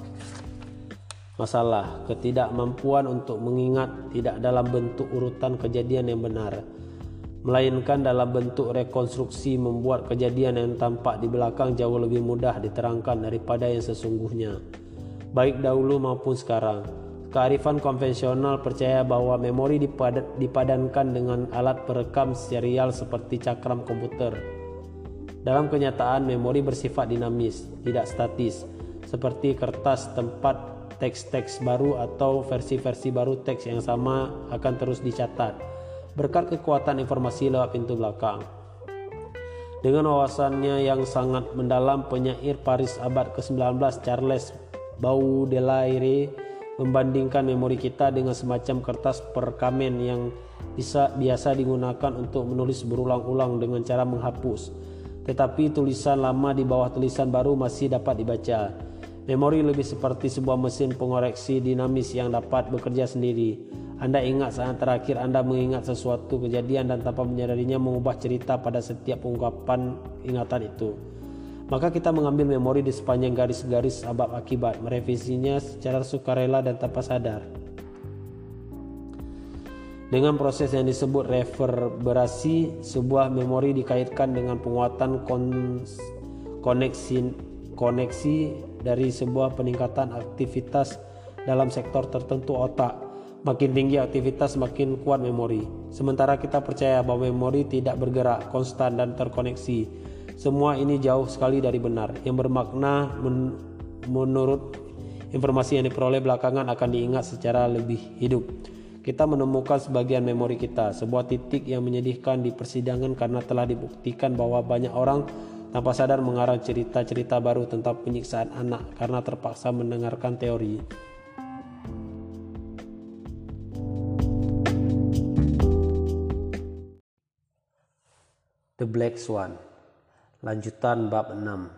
masalah. Ketidakmampuan untuk mengingat tidak dalam bentuk urutan kejadian yang benar, melainkan dalam bentuk rekonstruksi, membuat kejadian yang tampak di belakang jauh lebih mudah diterangkan daripada yang sesungguhnya, baik dahulu maupun sekarang. Kearifan konvensional percaya bahwa memori dipad- dipadankan dengan alat perekam serial seperti cakram komputer. Dalam kenyataan, memori bersifat dinamis, tidak statis, seperti kertas tempat teks-teks baru atau versi-versi baru teks yang sama akan terus dicatat, berkat kekuatan informasi lewat pintu belakang. Dengan wawasannya yang sangat mendalam, penyair Paris abad ke sembilan belas Charles Baudelaire membandingkan memori kita dengan semacam kertas perkamen yang bisa biasa digunakan untuk menulis berulang-ulang dengan cara menghapus. Tetapi tulisan lama di bawah tulisan baru masih dapat dibaca. Memori lebih seperti sebuah mesin pengoreksi dinamis yang dapat bekerja sendiri. Anda ingat saat terakhir Anda mengingat sesuatu kejadian dan tanpa menyadarinya mengubah cerita pada setiap ungkapan ingatan itu. Maka kita mengambil memori di sepanjang garis-garis sebab akibat, merevisinya secara sukarela dan tanpa sadar. Dengan proses yang disebut reverberasi, sebuah memori dikaitkan dengan penguatan koneksi, koneksi dari sebuah peningkatan aktivitas dalam sektor tertentu otak. Makin tinggi aktivitas, makin kuat memori. Sementara kita percaya bahwa memori tidak bergerak, konstan, dan terkoneksi. Semua ini jauh sekali dari benar. Yang bermakna men- menurut informasi yang diperoleh belakangan akan diingat secara lebih hidup. Kita menemukan sebagian memori kita, sebuah titik yang menyedihkan di persidangan karena telah dibuktikan bahwa banyak orang tanpa sadar mengarang cerita-cerita baru tentang penyiksaan anak karena terpaksa mendengarkan teori. The Black Swan. Lanjutan bab enam.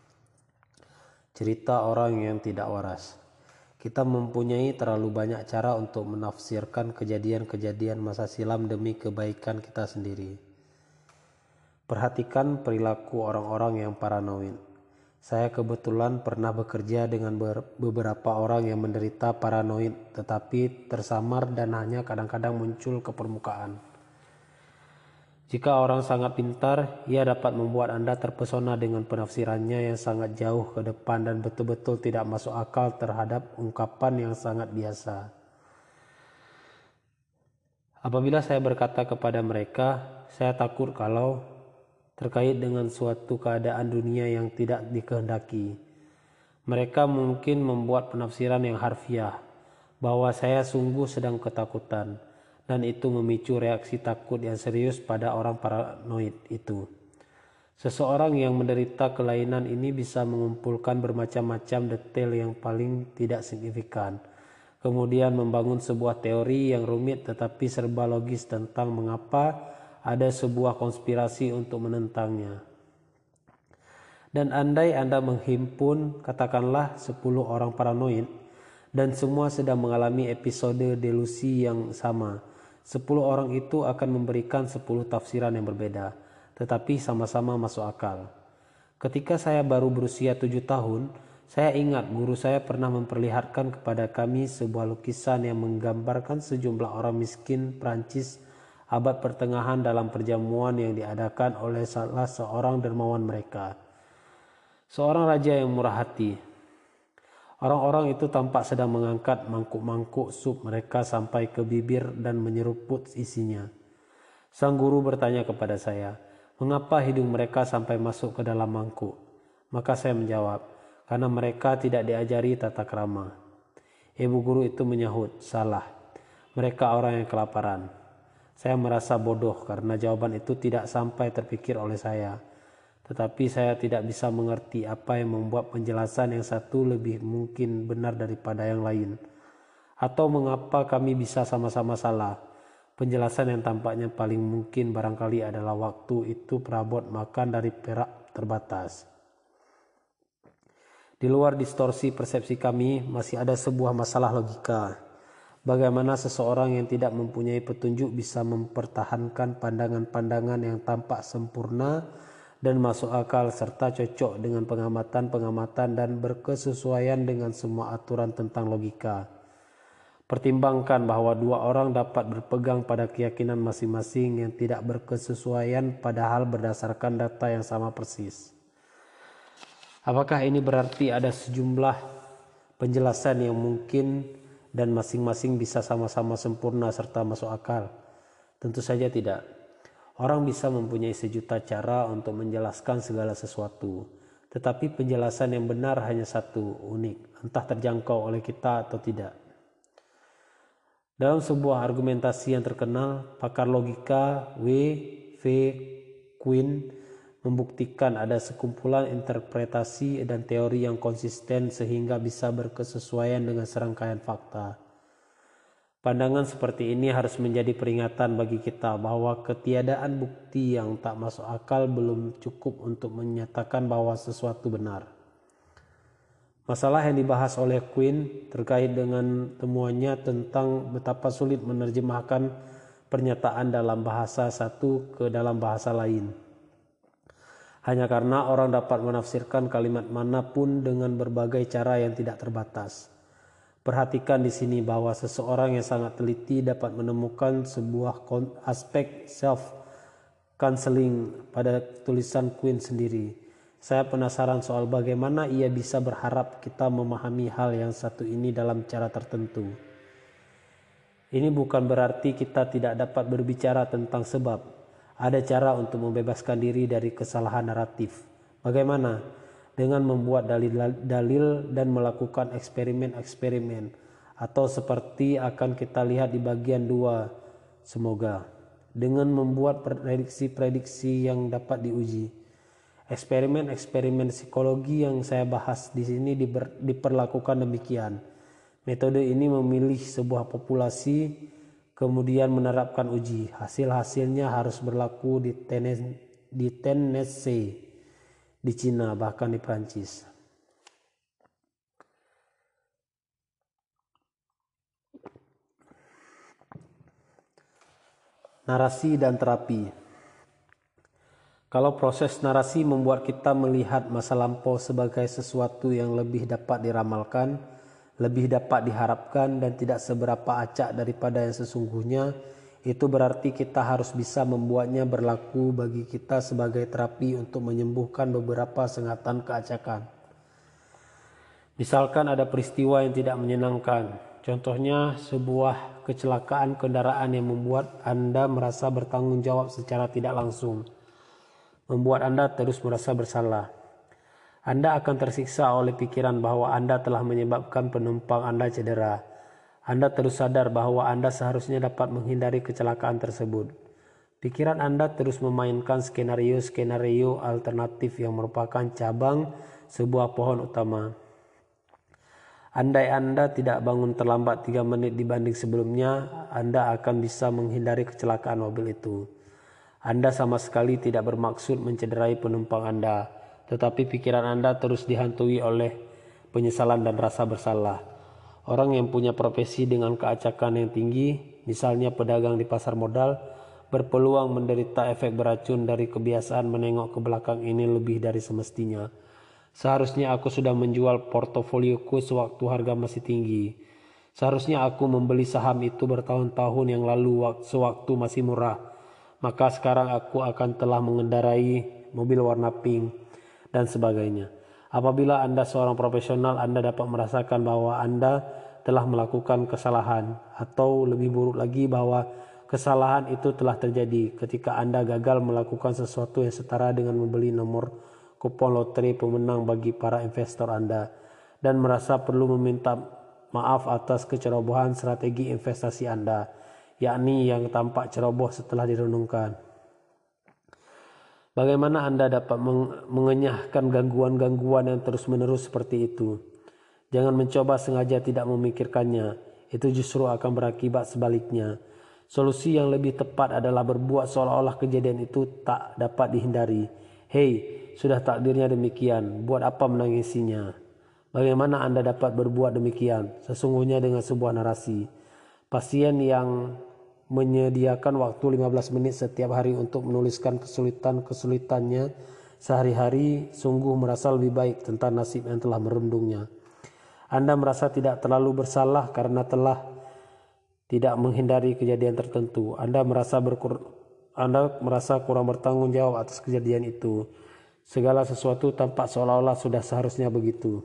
Cerita orang yang tidak waras. Kita mempunyai terlalu banyak cara untuk menafsirkan kejadian-kejadian masa silam demi kebaikan kita sendiri. Perhatikan perilaku orang-orang yang paranoid. Saya kebetulan pernah bekerja dengan beberapa orang yang menderita paranoid, tetapi tersamar dan hanya kadang-kadang muncul ke permukaan. Jika orang sangat pintar, ia dapat membuat Anda terpesona dengan penafsirannya yang sangat jauh ke depan dan betul-betul tidak masuk akal terhadap ungkapan yang sangat biasa. Apabila saya berkata kepada mereka, saya takut kalau terkait dengan suatu keadaan dunia yang tidak dikehendaki, mereka mungkin membuat penafsiran yang harfiah bahwa saya sungguh sedang ketakutan. Dan itu memicu reaksi takut yang serius pada orang paranoid itu. Seseorang yang menderita kelainan ini bisa mengumpulkan bermacam-macam detail yang paling tidak signifikan, kemudian membangun sebuah teori yang rumit tetapi serba logis tentang mengapa ada sebuah konspirasi untuk menentangnya. Dan andai Anda menghimpun katakanlah sepuluh orang paranoid dan semua sedang mengalami episode delusi yang sama, sepuluh orang itu akan memberikan sepuluh tafsiran yang berbeda, tetapi sama-sama masuk akal. Ketika saya baru berusia tujuh tahun, saya ingat guru saya pernah memperlihatkan kepada kami sebuah lukisan yang menggambarkan sejumlah orang miskin Prancis abad pertengahan dalam perjamuan yang diadakan oleh salah seorang dermawan mereka. Seorang raja yang murah hati. Orang-orang itu tampak sedang mengangkat mangkuk-mangkuk sup mereka sampai ke bibir dan menyeruput isinya. Sang guru bertanya kepada saya, mengapa hidung mereka sampai masuk ke dalam mangkuk? Maka saya menjawab, karena mereka tidak diajari tata krama. Ibu guru itu menyahut, salah. Mereka orang yang kelaparan. Saya merasa bodoh karena jawaban itu tidak sampai terpikir oleh saya. Tetapi saya tidak bisa mengerti apa yang membuat penjelasan yang satu lebih mungkin benar daripada yang lain. Atau mengapa kami bisa sama-sama salah. Penjelasan yang tampaknya paling mungkin barangkali adalah waktu itu perabot makan dari perak terbatas. Di luar distorsi persepsi kami masih ada sebuah masalah logika. Bagaimana seseorang yang tidak mempunyai petunjuk bisa mempertahankan pandangan-pandangan yang tampak sempurna dan masuk akal serta cocok dengan pengamatan-pengamatan dan berkesesuaian dengan semua aturan tentang logika. Pertimbangkan bahwa dua orang dapat berpegang pada keyakinan masing-masing yang tidak berkesesuaian padahal berdasarkan data yang sama persis. Apakah ini berarti ada sejumlah penjelasan yang mungkin dan masing-masing bisa sama-sama sempurna serta masuk akal? Tentu saja tidak. Orang bisa mempunyai sejuta cara untuk menjelaskan segala sesuatu, tetapi penjelasan yang benar hanya satu, unik, entah terjangkau oleh kita atau tidak. Dalam sebuah argumentasi yang terkenal, pakar logika W. V. Quinn membuktikan ada sekumpulan interpretasi dan teori yang konsisten sehingga bisa berkesesuaian dengan serangkaian fakta. Pandangan seperti ini harus menjadi peringatan bagi kita bahwa ketiadaan bukti yang tak masuk akal belum cukup untuk menyatakan bahwa sesuatu benar. Masalah yang dibahas oleh Quinn terkait dengan temuannya tentang betapa sulit menerjemahkan pernyataan dalam bahasa satu ke dalam bahasa lain. Hanya karena orang dapat menafsirkan kalimat manapun dengan berbagai cara yang tidak terbatas. Perhatikan di sini bahwa seseorang yang sangat teliti dapat menemukan sebuah aspek self-counseling pada tulisan Quinn sendiri. Saya penasaran soal bagaimana ia bisa berharap kita memahami hal yang satu ini dalam cara tertentu. Ini bukan berarti kita tidak dapat berbicara tentang sebab. Ada cara untuk membebaskan diri dari kesalahan naratif. Bagaimana? Dengan membuat dalil-dalil dan melakukan eksperimen-eksperimen. Atau seperti akan kita lihat di bagian dua, semoga. Dengan membuat prediksi-prediksi yang dapat diuji. Eksperimen-eksperimen psikologi yang saya bahas di sini diber, diperlakukan demikian. Metode ini memilih sebuah populasi, kemudian menerapkan uji. Hasil-hasilnya harus berlaku di, Tennessee, di Tennessee, di Cina, bahkan di Prancis. Narasi dan terapi. Kalau proses narasi membuat kita melihat masa lampau sebagai sesuatu yang lebih dapat diramalkan, lebih dapat diharapkan dan tidak seberapa acak daripada yang sesungguhnya, itu berarti kita harus bisa membuatnya berlaku bagi kita sebagai terapi untuk menyembuhkan beberapa sengatan keacakan. Misalkan ada peristiwa yang tidak menyenangkan, contohnya sebuah kecelakaan kendaraan yang membuat Anda merasa bertanggung jawab secara tidak langsung. Membuat Anda terus merasa bersalah. Anda akan tersiksa oleh pikiran bahwa Anda telah menyebabkan penumpang Anda cedera. Anda terus sadar bahwa Anda seharusnya dapat menghindari kecelakaan tersebut. Pikiran Anda terus memainkan skenario-skenario alternatif yang merupakan cabang sebuah pohon utama. Andai Anda tidak bangun terlambat tiga menit dibanding sebelumnya, Anda akan bisa menghindari kecelakaan mobil itu. Anda sama sekali tidak bermaksud mencederai penumpang Anda, tetapi pikiran Anda terus dihantui oleh penyesalan dan rasa bersalah. Orang yang punya profesi dengan keacakan yang tinggi, misalnya pedagang di pasar modal, berpeluang menderita efek beracun dari kebiasaan menengok ke belakang ini lebih dari semestinya. Seharusnya aku sudah menjual portofolioku sewaktu harga masih tinggi. Seharusnya aku membeli saham itu bertahun-tahun yang lalu sewaktu masih murah. Maka sekarang aku akan telah mengendarai mobil warna pink dan sebagainya. Apabila Anda seorang profesional, Anda dapat merasakan bahwa Anda telah melakukan kesalahan, atau lebih buruk lagi bahwa kesalahan itu telah terjadi ketika Anda gagal melakukan sesuatu yang setara dengan membeli nomor kupon lotre pemenang bagi para investor Anda dan merasa perlu meminta maaf atas kecerobohan strategi investasi Anda, yakni yang tampak ceroboh setelah direnungkan. Bagaimana Anda dapat mengenyahkan gangguan-gangguan yang terus-menerus seperti itu? Jangan mencoba sengaja tidak memikirkannya. Itu justru akan berakibat sebaliknya. Solusi yang lebih tepat adalah berbuat seolah-olah kejadian itu tak dapat dihindari. Hei, sudah takdirnya demikian. Buat apa menangisinya? Bagaimana Anda dapat berbuat demikian? Sesungguhnya dengan sebuah narasi. Pasien yang menyediakan waktu lima belas menit setiap hari untuk menuliskan kesulitan-kesulitannya sehari-hari sungguh merasa lebih baik tentang nasib yang telah merundungnya. Anda merasa tidak terlalu bersalah karena telah tidak menghindari kejadian tertentu. Anda merasa berkur Anda merasa kurang bertanggung jawab atas kejadian itu. Segala sesuatu tampak seolah-olah sudah seharusnya begitu.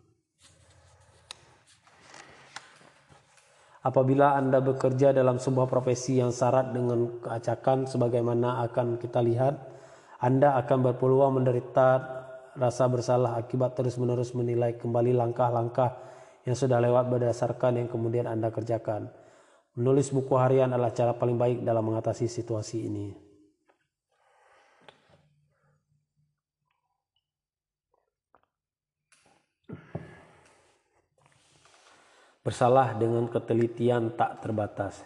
Apabila Anda bekerja dalam sebuah profesi yang syarat dengan keacakan sebagaimana akan kita lihat, Anda akan berpeluang menderita rasa bersalah akibat terus-menerus menilai kembali langkah-langkah yang sudah lewat berdasarkan yang kemudian Anda kerjakan. Menulis buku harian adalah cara paling baik dalam mengatasi situasi ini. Bersalah dengan ketelitian tak terbatas.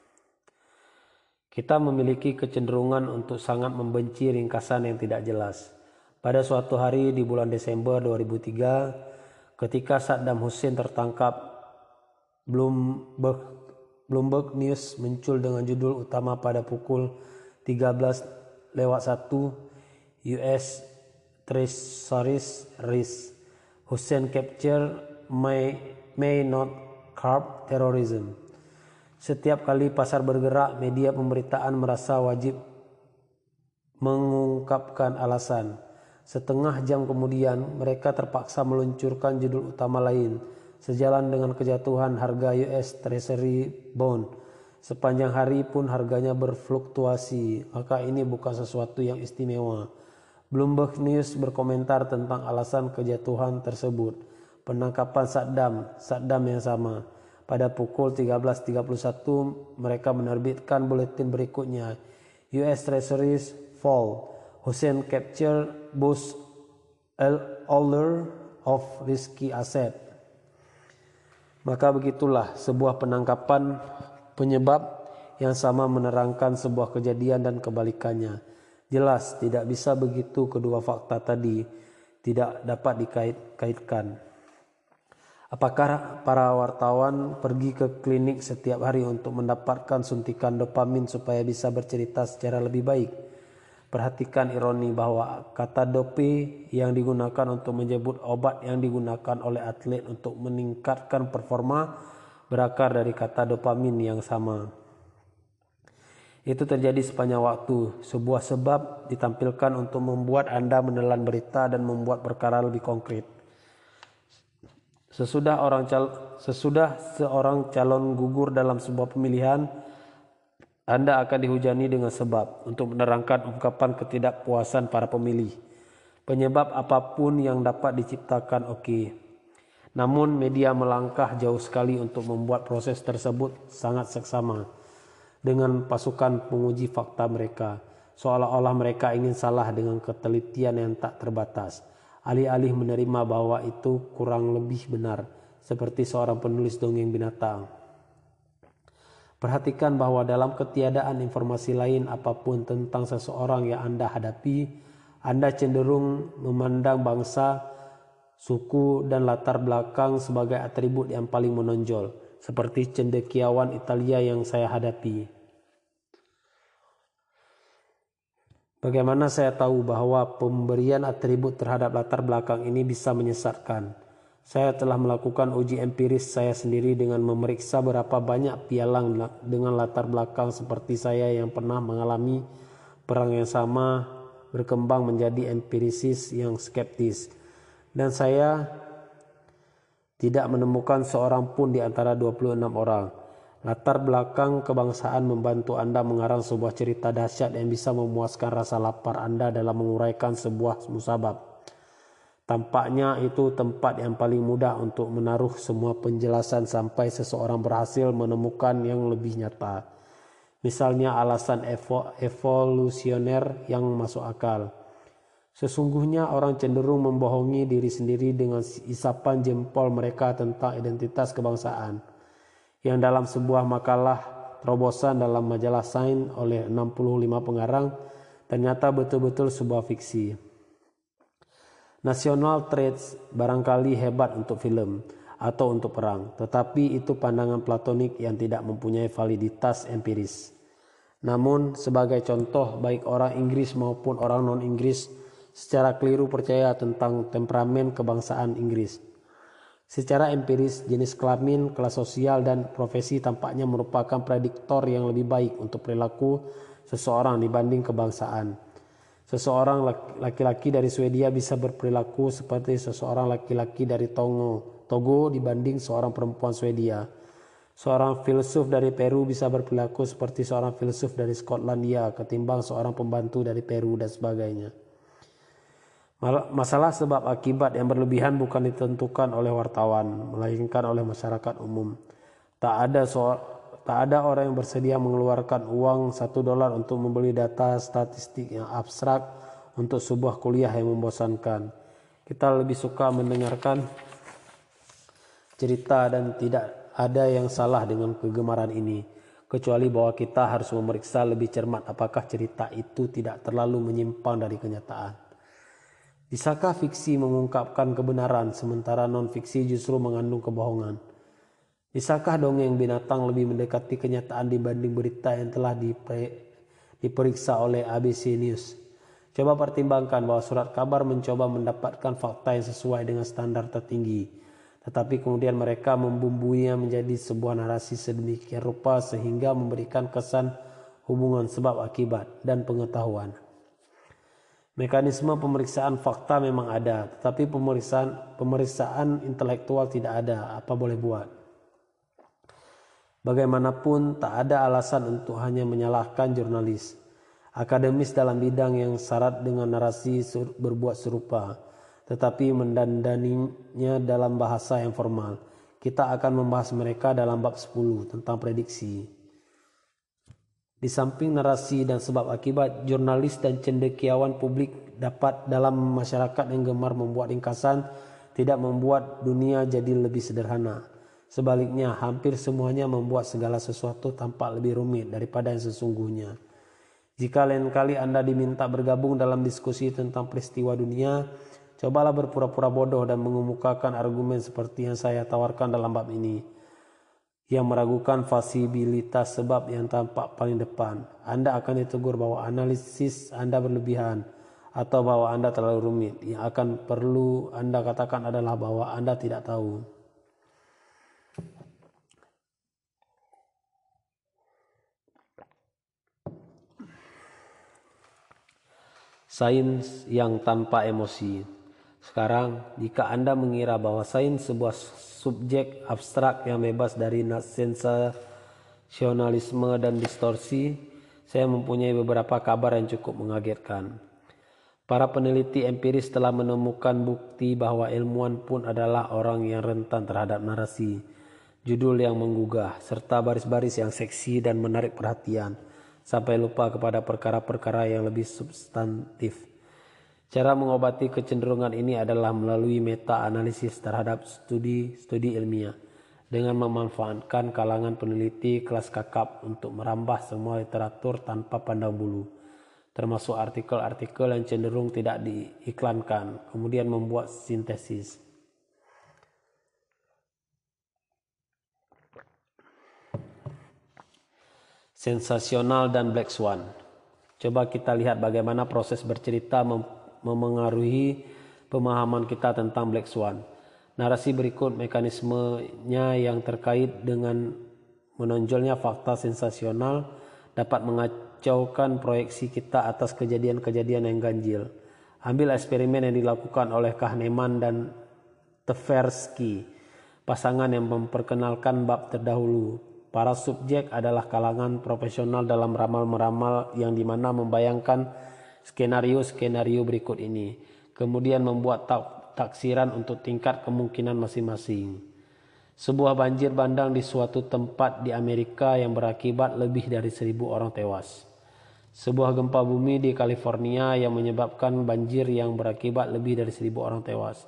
Kita memiliki kecenderungan untuk sangat membenci ringkasan yang tidak jelas. Pada suatu hari di bulan Desember dua ribu tiga, Ketika Saddam Hussein tertangkap, Bloomberg, Bloomberg News muncul dengan judul utama pada pukul tiga belas lewat satu U S Treasuries risk Hussein capture may, may not curb terrorism. Setiap kali pasar bergerak, media pemberitaan merasa wajib mengungkapkan alasan. Setengah jam kemudian, mereka terpaksa meluncurkan judul utama lain, sejalan dengan kejatuhan harga U S Treasury Bond. Sepanjang hari pun harganya berfluktuasi, maka ini bukan sesuatu yang istimewa. Bloomberg News berkomentar tentang alasan kejatuhan tersebut. Penangkapan Saddam, Saddam yang sama. Pada pukul tiga belas tiga puluh satu, mereka menerbitkan buletin berikutnya. U S Treasuries fall. Hussein capture boosts allure of risky asset. Maka begitulah sebuah penangkapan penyebab yang sama menerangkan sebuah kejadian dan kebalikannya. Jelas tidak bisa begitu, kedua fakta tadi tidak dapat dikait-kaitkan. Apakah para wartawan pergi ke klinik setiap hari untuk mendapatkan suntikan dopamin supaya bisa bercerita secara lebih baik? Perhatikan ironi bahwa kata dope yang digunakan untuk menyebut obat yang digunakan oleh atlet untuk meningkatkan performa berakar dari kata dopamin yang sama. Itu terjadi sepanjang waktu. Sebuah sebab ditampilkan untuk membuat Anda menelan berita dan membuat perkara lebih konkret. Sesudah orang cal- sesudah seorang calon gugur dalam sebuah pemilihan, Anda akan dihujani dengan sebab untuk menerangkan ungkapan ketidakpuasan para pemilih. Penyebab apapun yang dapat diciptakan oke. Okay. Namun media melangkah jauh sekali untuk membuat proses tersebut sangat seksama dengan pasukan penguji fakta mereka. Seolah-olah mereka ingin salah dengan ketelitian yang tak terbatas. Alih-alih menerima bahwa itu kurang lebih benar, seperti seorang penulis dongeng binatang. Perhatikan bahwa dalam ketiadaan informasi lain apapun tentang seseorang yang Anda hadapi, Anda cenderung memandang bangsa, suku, dan latar belakang sebagai atribut yang paling menonjol, seperti cendekiawan Italia yang saya hadapi. Bagaimana saya tahu bahwa pemberian atribut terhadap latar belakang ini bisa menyesatkan? Saya telah melakukan uji empiris saya sendiri dengan memeriksa berapa banyak pialang dengan latar belakang seperti saya yang pernah mengalami perang yang sama berkembang menjadi empirisis yang skeptis. Dan saya tidak menemukan seorang pun di antara dua puluh enam orang. Latar belakang kebangsaan membantu Anda mengarang sebuah cerita dahsyat yang bisa memuaskan rasa lapar Anda dalam menguraikan sebuah musabab. Tampaknya itu tempat yang paling mudah untuk menaruh semua penjelasan sampai seseorang berhasil menemukan yang lebih nyata. Misalnya alasan evo, evolusioner yang masuk akal. Sesungguhnya orang cenderung membohongi diri sendiri dengan isapan jempol mereka tentang identitas kebangsaan, yang dalam sebuah makalah terobosan dalam majalah Science oleh enam puluh lima pengarang ternyata betul-betul sebuah fiksi. National traits barangkali hebat untuk film atau untuk perang, tetapi itu pandangan platonik yang tidak mempunyai validitas empiris. Namun sebagai contoh, baik orang Inggris maupun orang non-Inggris secara keliru percaya tentang temperamen kebangsaan Inggris. Secara empiris, jenis kelamin, kelas sosial, dan profesi tampaknya merupakan prediktor yang lebih baik untuk perilaku seseorang dibanding kebangsaan. Seseorang laki-laki dari Swedia bisa berperilaku seperti seseorang laki-laki dari Togo, Togo dibanding seorang perempuan Swedia. Seorang filsuf dari Peru bisa berperilaku seperti seorang filsuf dari Skotlandia ketimbang seorang pembantu dari Peru dan sebagainya. Masalah sebab akibat yang berlebihan bukan ditentukan oleh wartawan, melainkan oleh masyarakat umum. Tak ada so, tak ada orang yang bersedia mengeluarkan uang satu dolar untuk membeli data statistik yang abstrak untuk sebuah kuliah yang membosankan. Kita lebih suka mendengarkan cerita dan tidak ada yang salah dengan kegemaran ini, kecuali bahwa kita harus memeriksa lebih cermat apakah cerita itu tidak terlalu menyimpang dari kenyataan. Bisakah fiksi mengungkapkan kebenaran sementara non-fiksi justru mengandung kebohongan? Bisakah dongeng binatang lebih mendekati kenyataan dibanding berita yang telah diperiksa oleh A B C News? Coba pertimbangkan bahwa surat kabar mencoba mendapatkan fakta yang sesuai dengan standar tertinggi, tetapi kemudian mereka membumbuinya menjadi sebuah narasi sedemikian rupa sehingga memberikan kesan hubungan sebab akibat dan pengetahuan. Mekanisme pemeriksaan fakta memang ada, tetapi pemeriksaan pemeriksaan intelektual tidak ada. Apa boleh buat? Bagaimanapun tak ada alasan untuk hanya menyalahkan jurnalis, akademis dalam bidang yang syarat dengan narasi sur, berbuat serupa, tetapi mendandaninya dalam bahasa yang formal. Kita akan membahas mereka dalam bab sepuluh tentang prediksi. Di samping narasi dan sebab akibat, jurnalis dan cendekiawan publik dapat dalam masyarakat yang gemar membuat ringkasan tidak membuat dunia jadi lebih sederhana. Sebaliknya, hampir semuanya membuat segala sesuatu tampak lebih rumit daripada yang sesungguhnya. Jika lain kali Anda diminta bergabung dalam diskusi tentang peristiwa dunia, cobalah berpura-pura bodoh dan mengemukakan argumen seperti yang saya tawarkan dalam bab ini, yang meragukan fasibilitas sebab yang tampak paling depan. Anda akan ditegur bahwa analisis Anda berlebihan atau bahwa Anda terlalu rumit. Yang akan perlu Anda katakan adalah bahwa Anda tidak tahu. Sains yang tanpa emosi. Sekarang, jika Anda mengira bahwa sains sebuah subjek abstrak yang bebas dari sensasionalisme dan distorsi, saya mempunyai beberapa kabar yang cukup mengagetkan. Para peneliti empiris telah menemukan bukti bahwa ilmuwan pun adalah orang yang rentan terhadap narasi, judul yang menggugah, serta baris-baris yang seksi dan menarik perhatian, sampai lupa kepada perkara-perkara yang lebih substantif. Cara mengobati kecenderungan ini adalah melalui meta-analisis terhadap studi-studi ilmiah dengan memanfaatkan kalangan peneliti kelas kakap untuk merambah semua literatur tanpa pandang bulu, termasuk artikel-artikel yang cenderung tidak diiklankan, kemudian membuat sintesis. Sensasional dan Black Swan. Coba kita lihat bagaimana proses bercerita mem- memengaruhi pemahaman kita tentang Black Swan. Narasi berikut mekanismenya yang terkait dengan menonjolnya fakta sensasional dapat mengacaukan proyeksi kita atas kejadian-kejadian yang ganjil. Ambil eksperimen yang dilakukan oleh Kahneman dan Tversky, pasangan yang memperkenalkan bab terdahulu. Para subjek adalah kalangan profesional dalam ramal-meramal yang dimana membayangkan skenario-skenario berikut ini, kemudian membuat tak- taksiran untuk tingkat kemungkinan masing-masing. Sebuah banjir bandang di suatu tempat di Amerika yang berakibat lebih dari seribu orang tewas. Sebuah gempa bumi di California yang menyebabkan banjir yang berakibat lebih dari seribu orang tewas.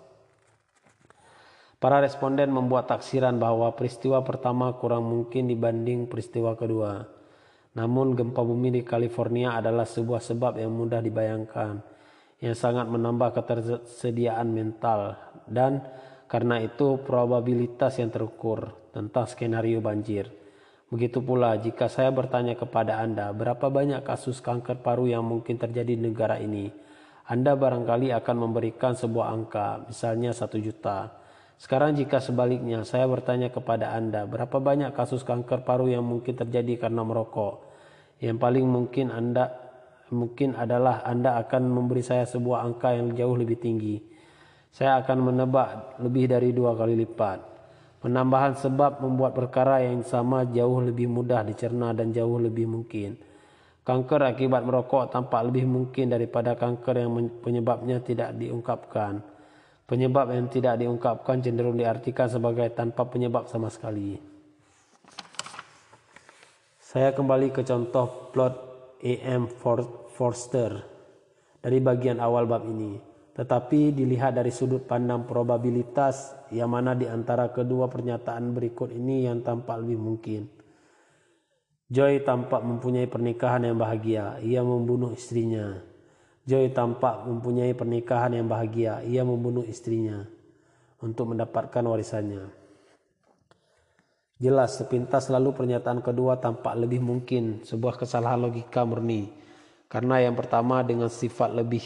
Para responden membuat taksiran bahwa peristiwa pertama kurang mungkin dibanding peristiwa kedua. Namun gempa bumi di California adalah sebuah sebab yang mudah dibayangkan, yang sangat menambah ketersediaan mental, dan karena itu probabilitas yang terukur tentang skenario banjir. Begitu pula jika saya bertanya kepada Anda berapa banyak kasus kanker paru yang mungkin terjadi di negara ini, Anda barangkali akan memberikan sebuah angka, misalnya satu juta. Sekarang jika sebaliknya saya bertanya kepada Anda berapa banyak kasus kanker paru yang mungkin terjadi karena merokok, yang paling mungkin Anda mungkin adalah Anda akan memberi saya sebuah angka yang jauh lebih tinggi. Saya akan menebak lebih dari dua kali lipat. Penambahan sebab membuat perkara yang sama jauh lebih mudah dicerna dan jauh lebih mungkin. Kanker akibat merokok tampak lebih mungkin daripada kanker yang penyebabnya tidak diungkapkan. Penyebab yang tidak diungkapkan cenderung diartikan sebagai tanpa penyebab sama sekali. Saya kembali ke contoh plot A M Forster dari bagian awal bab ini, tetapi dilihat dari sudut pandang probabilitas, yang mana di antara kedua pernyataan berikut ini yang tampak lebih mungkin. Joy tampak mempunyai pernikahan yang bahagia. Ia membunuh istrinya. Joy tampak mempunyai pernikahan yang bahagia. Ia membunuh istrinya untuk mendapatkan warisannya. Jelas, sepintas lalu pernyataan kedua tampak lebih mungkin, sebuah kesalahan logika murni. Karena yang pertama dengan sifat lebih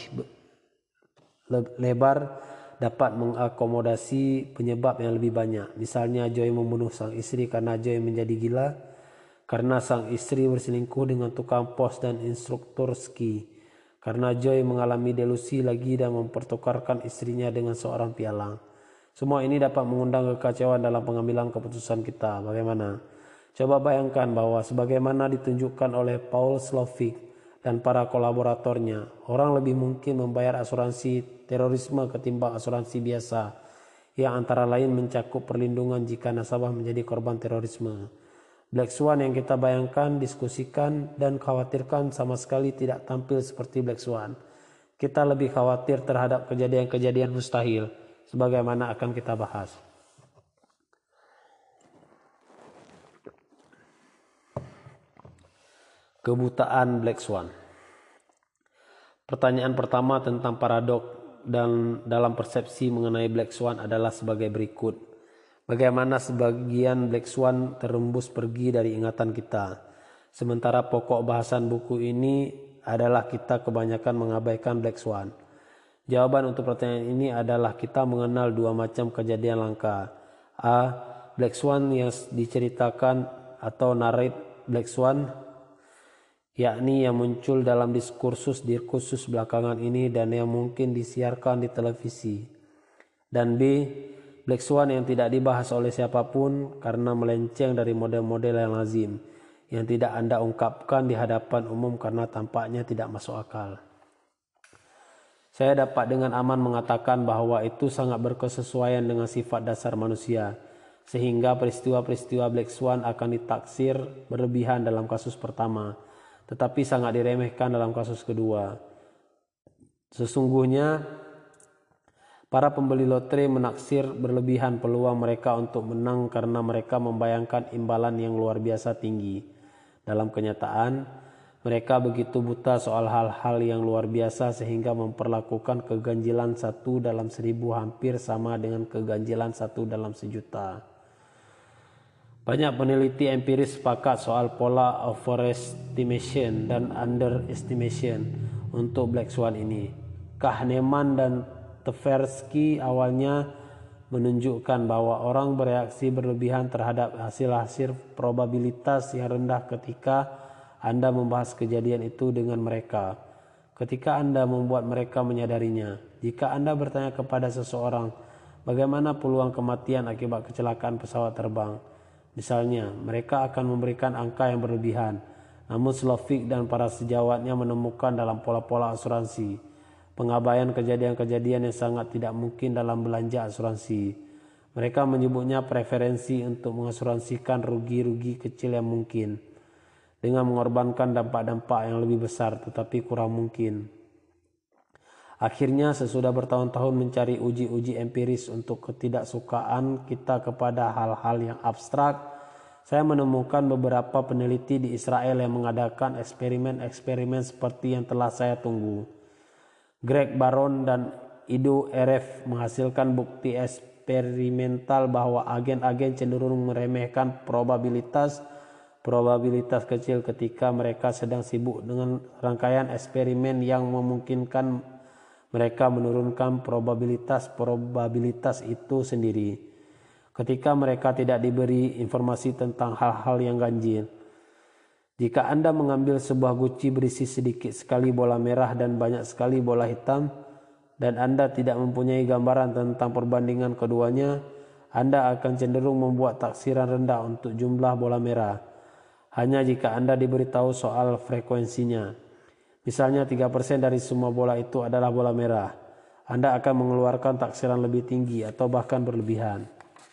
lebar dapat mengakomodasi penyebab yang lebih banyak. Misalnya Joy membunuh sang istri karena Joy menjadi gila, karena sang istri berselingkuh dengan tukang pos dan instruktur ski, karena Joy mengalami delusi lagi dan mempertukarkan istrinya dengan seorang pialang. Semua ini dapat mengundang kekacauan dalam pengambilan keputusan kita. Bagaimana? Coba bayangkan bahwa sebagaimana ditunjukkan oleh Paul Slovic dan para kolaboratornya, orang lebih mungkin membayar asuransi terorisme ketimbang asuransi biasa, yang antara lain mencakup perlindungan jika nasabah menjadi korban terorisme. Black Swan yang kita bayangkan, diskusikan, dan khawatirkan sama sekali tidak tampil seperti Black Swan. Kita lebih khawatir terhadap kejadian-kejadian mustahil, sebagaimana akan kita bahas. Kebutaan Black Swan. Pertanyaan pertama tentang paradok dan dalam persepsi mengenai Black Swan adalah sebagai berikut. Bagaimana sebagian Black Swan terembus pergi dari ingatan kita, sementara pokok bahasan buku ini adalah kita kebanyakan mengabaikan Black Swan. Jawaban untuk pertanyaan ini adalah kita mengenal dua macam kejadian langka. A. Black Swan yang diceritakan atau narrate Black Swan, yakni yang muncul dalam diskursus diskursus belakangan ini dan yang mungkin disiarkan di televisi. Dan B. Black Swan yang tidak dibahas oleh siapapun karena melenceng dari model-model yang lazim, yang tidak Anda ungkapkan di hadapan umum karena tampaknya tidak masuk akal. Saya dapat dengan aman mengatakan bahwa itu sangat berkesesuaian dengan sifat dasar manusia, sehingga peristiwa-peristiwa Black Swan akan ditaksir berlebihan dalam kasus pertama, tetapi sangat diremehkan dalam kasus kedua. Sesungguhnya, para pembeli lotre menaksir berlebihan peluang mereka untuk menang karena mereka membayangkan imbalan yang luar biasa tinggi. Dalam kenyataan, mereka begitu buta soal hal-hal yang luar biasa sehingga memperlakukan keganjilan satu dalam seribu hampir sama dengan keganjilan satu dalam sejuta. Banyak peneliti empiris sepakat soal pola overestimation dan underestimation untuk Black Swan ini. Kahneman dan Tversky awalnya menunjukkan bahwa orang bereaksi berlebihan terhadap hasil-hasil probabilitas yang rendah ketika Anda membahas kejadian itu dengan mereka, ketika Anda membuat mereka menyadarinya. Jika Anda bertanya kepada seseorang, bagaimana peluang kematian akibat kecelakaan pesawat terbang? Misalnya, mereka akan memberikan angka yang berlebihan. Namun Slovic dan para sejawatnya menemukan dalam pola-pola asuransi pengabaian kejadian-kejadian yang sangat tidak mungkin dalam belanja asuransi. Mereka menyebutnya preferensi untuk mengasuransikan rugi-rugi kecil yang mungkin, dengan mengorbankan dampak-dampak yang lebih besar tetapi kurang mungkin. Akhirnya, sesudah bertahun-tahun mencari uji-uji empiris untuk ketidaksukaan kita kepada hal-hal yang abstrak, saya menemukan beberapa peneliti di Israel yang mengadakan eksperimen-eksperimen seperti yang telah saya tunggu. Greg Baron dan Ido Eref menghasilkan bukti eksperimental bahwa agen-agen cenderung meremehkan probabilitas probabilitas kecil ketika mereka sedang sibuk dengan rangkaian eksperimen yang memungkinkan mereka menurunkan probabilitas-probabilitas itu sendiri ketika mereka tidak diberi informasi tentang hal-hal yang ganjil. Jika Anda mengambil sebuah guci berisi sedikit sekali bola merah dan banyak sekali bola hitam, dan Anda tidak mempunyai gambaran tentang perbandingan keduanya, Anda akan cenderung membuat taksiran rendah untuk jumlah bola merah, hanya jika Anda diberitahu soal frekuensinya. Misalnya tiga persen dari semua bola itu adalah bola merah, Anda akan mengeluarkan taksiran lebih tinggi atau bahkan berlebihan.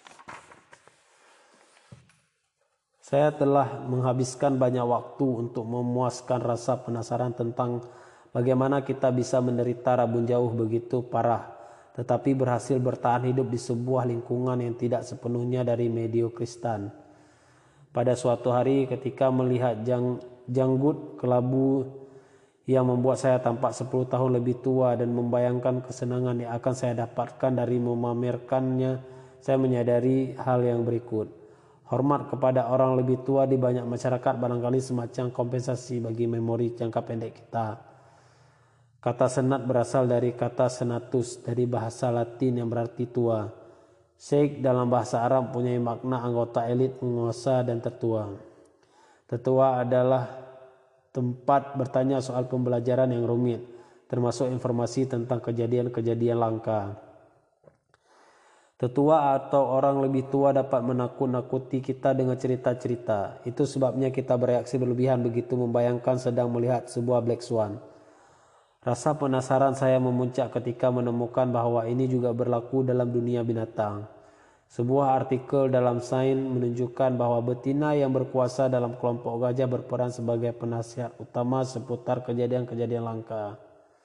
Saya telah menghabiskan banyak waktu untuk memuaskan rasa penasaran tentang bagaimana kita bisa menderita rabun jauh begitu parah, tetapi berhasil bertahan hidup di sebuah lingkungan yang tidak sepenuhnya dari mediokristan. Pada suatu hari ketika melihat jang, janggut kelabu yang membuat saya tampak sepuluh tahun lebih tua dan membayangkan kesenangan yang akan saya dapatkan dari memamerkannya, saya menyadari hal yang berikut. Hormat kepada orang lebih tua di banyak masyarakat barangkali semacam kompensasi bagi memori jangka pendek kita. Kata senat berasal dari kata senatus dari bahasa Latin yang berarti tua. Sheikh dalam bahasa Arab mempunyai makna anggota elit, penguasa, dan tertua. Tetua adalah tempat bertanya soal pembelajaran yang rumit, termasuk informasi tentang kejadian-kejadian langka. Tetua atau orang lebih tua dapat menakut-nakuti kita dengan cerita-cerita. Itu sebabnya kita bereaksi berlebihan begitu membayangkan sedang melihat sebuah black swan. Rasa penasaran saya memuncak ketika menemukan bahwa ini juga berlaku dalam dunia binatang. Sebuah artikel dalam Sains menunjukkan bahwa betina yang berkuasa dalam kelompok gajah berperan sebagai penasihat utama seputar kejadian-kejadian langka.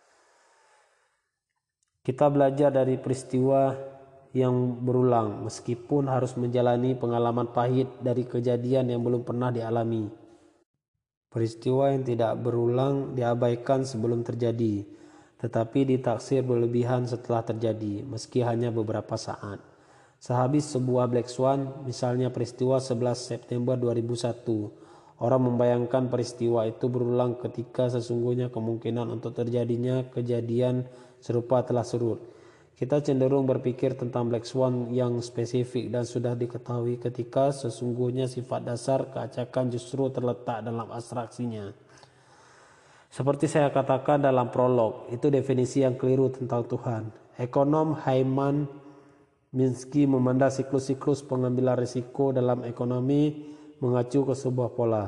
Kita belajar dari peristiwa yang berulang, meskipun harus menjalani pengalaman pahit dari kejadian yang belum pernah dialami. Peristiwa yang tidak berulang diabaikan sebelum terjadi, tetapi ditaksir berlebihan setelah terjadi, meski hanya beberapa saat. Sehabis sebuah black swan, misalnya peristiwa sebelas September dua ribu satu, orang membayangkan peristiwa itu berulang ketika sesungguhnya kemungkinan untuk terjadinya kejadian serupa telah surut. Kita cenderung berpikir tentang black swan yang spesifik dan sudah diketahui ketika sesungguhnya sifat dasar keacakan justru terletak dalam abstraksinya. Seperti saya katakan dalam prolog, itu definisi yang keliru tentang Tuhan. Ekonom Hyman Minsky memandang siklus-siklus pengambilan risiko dalam ekonomi mengacu ke sebuah pola.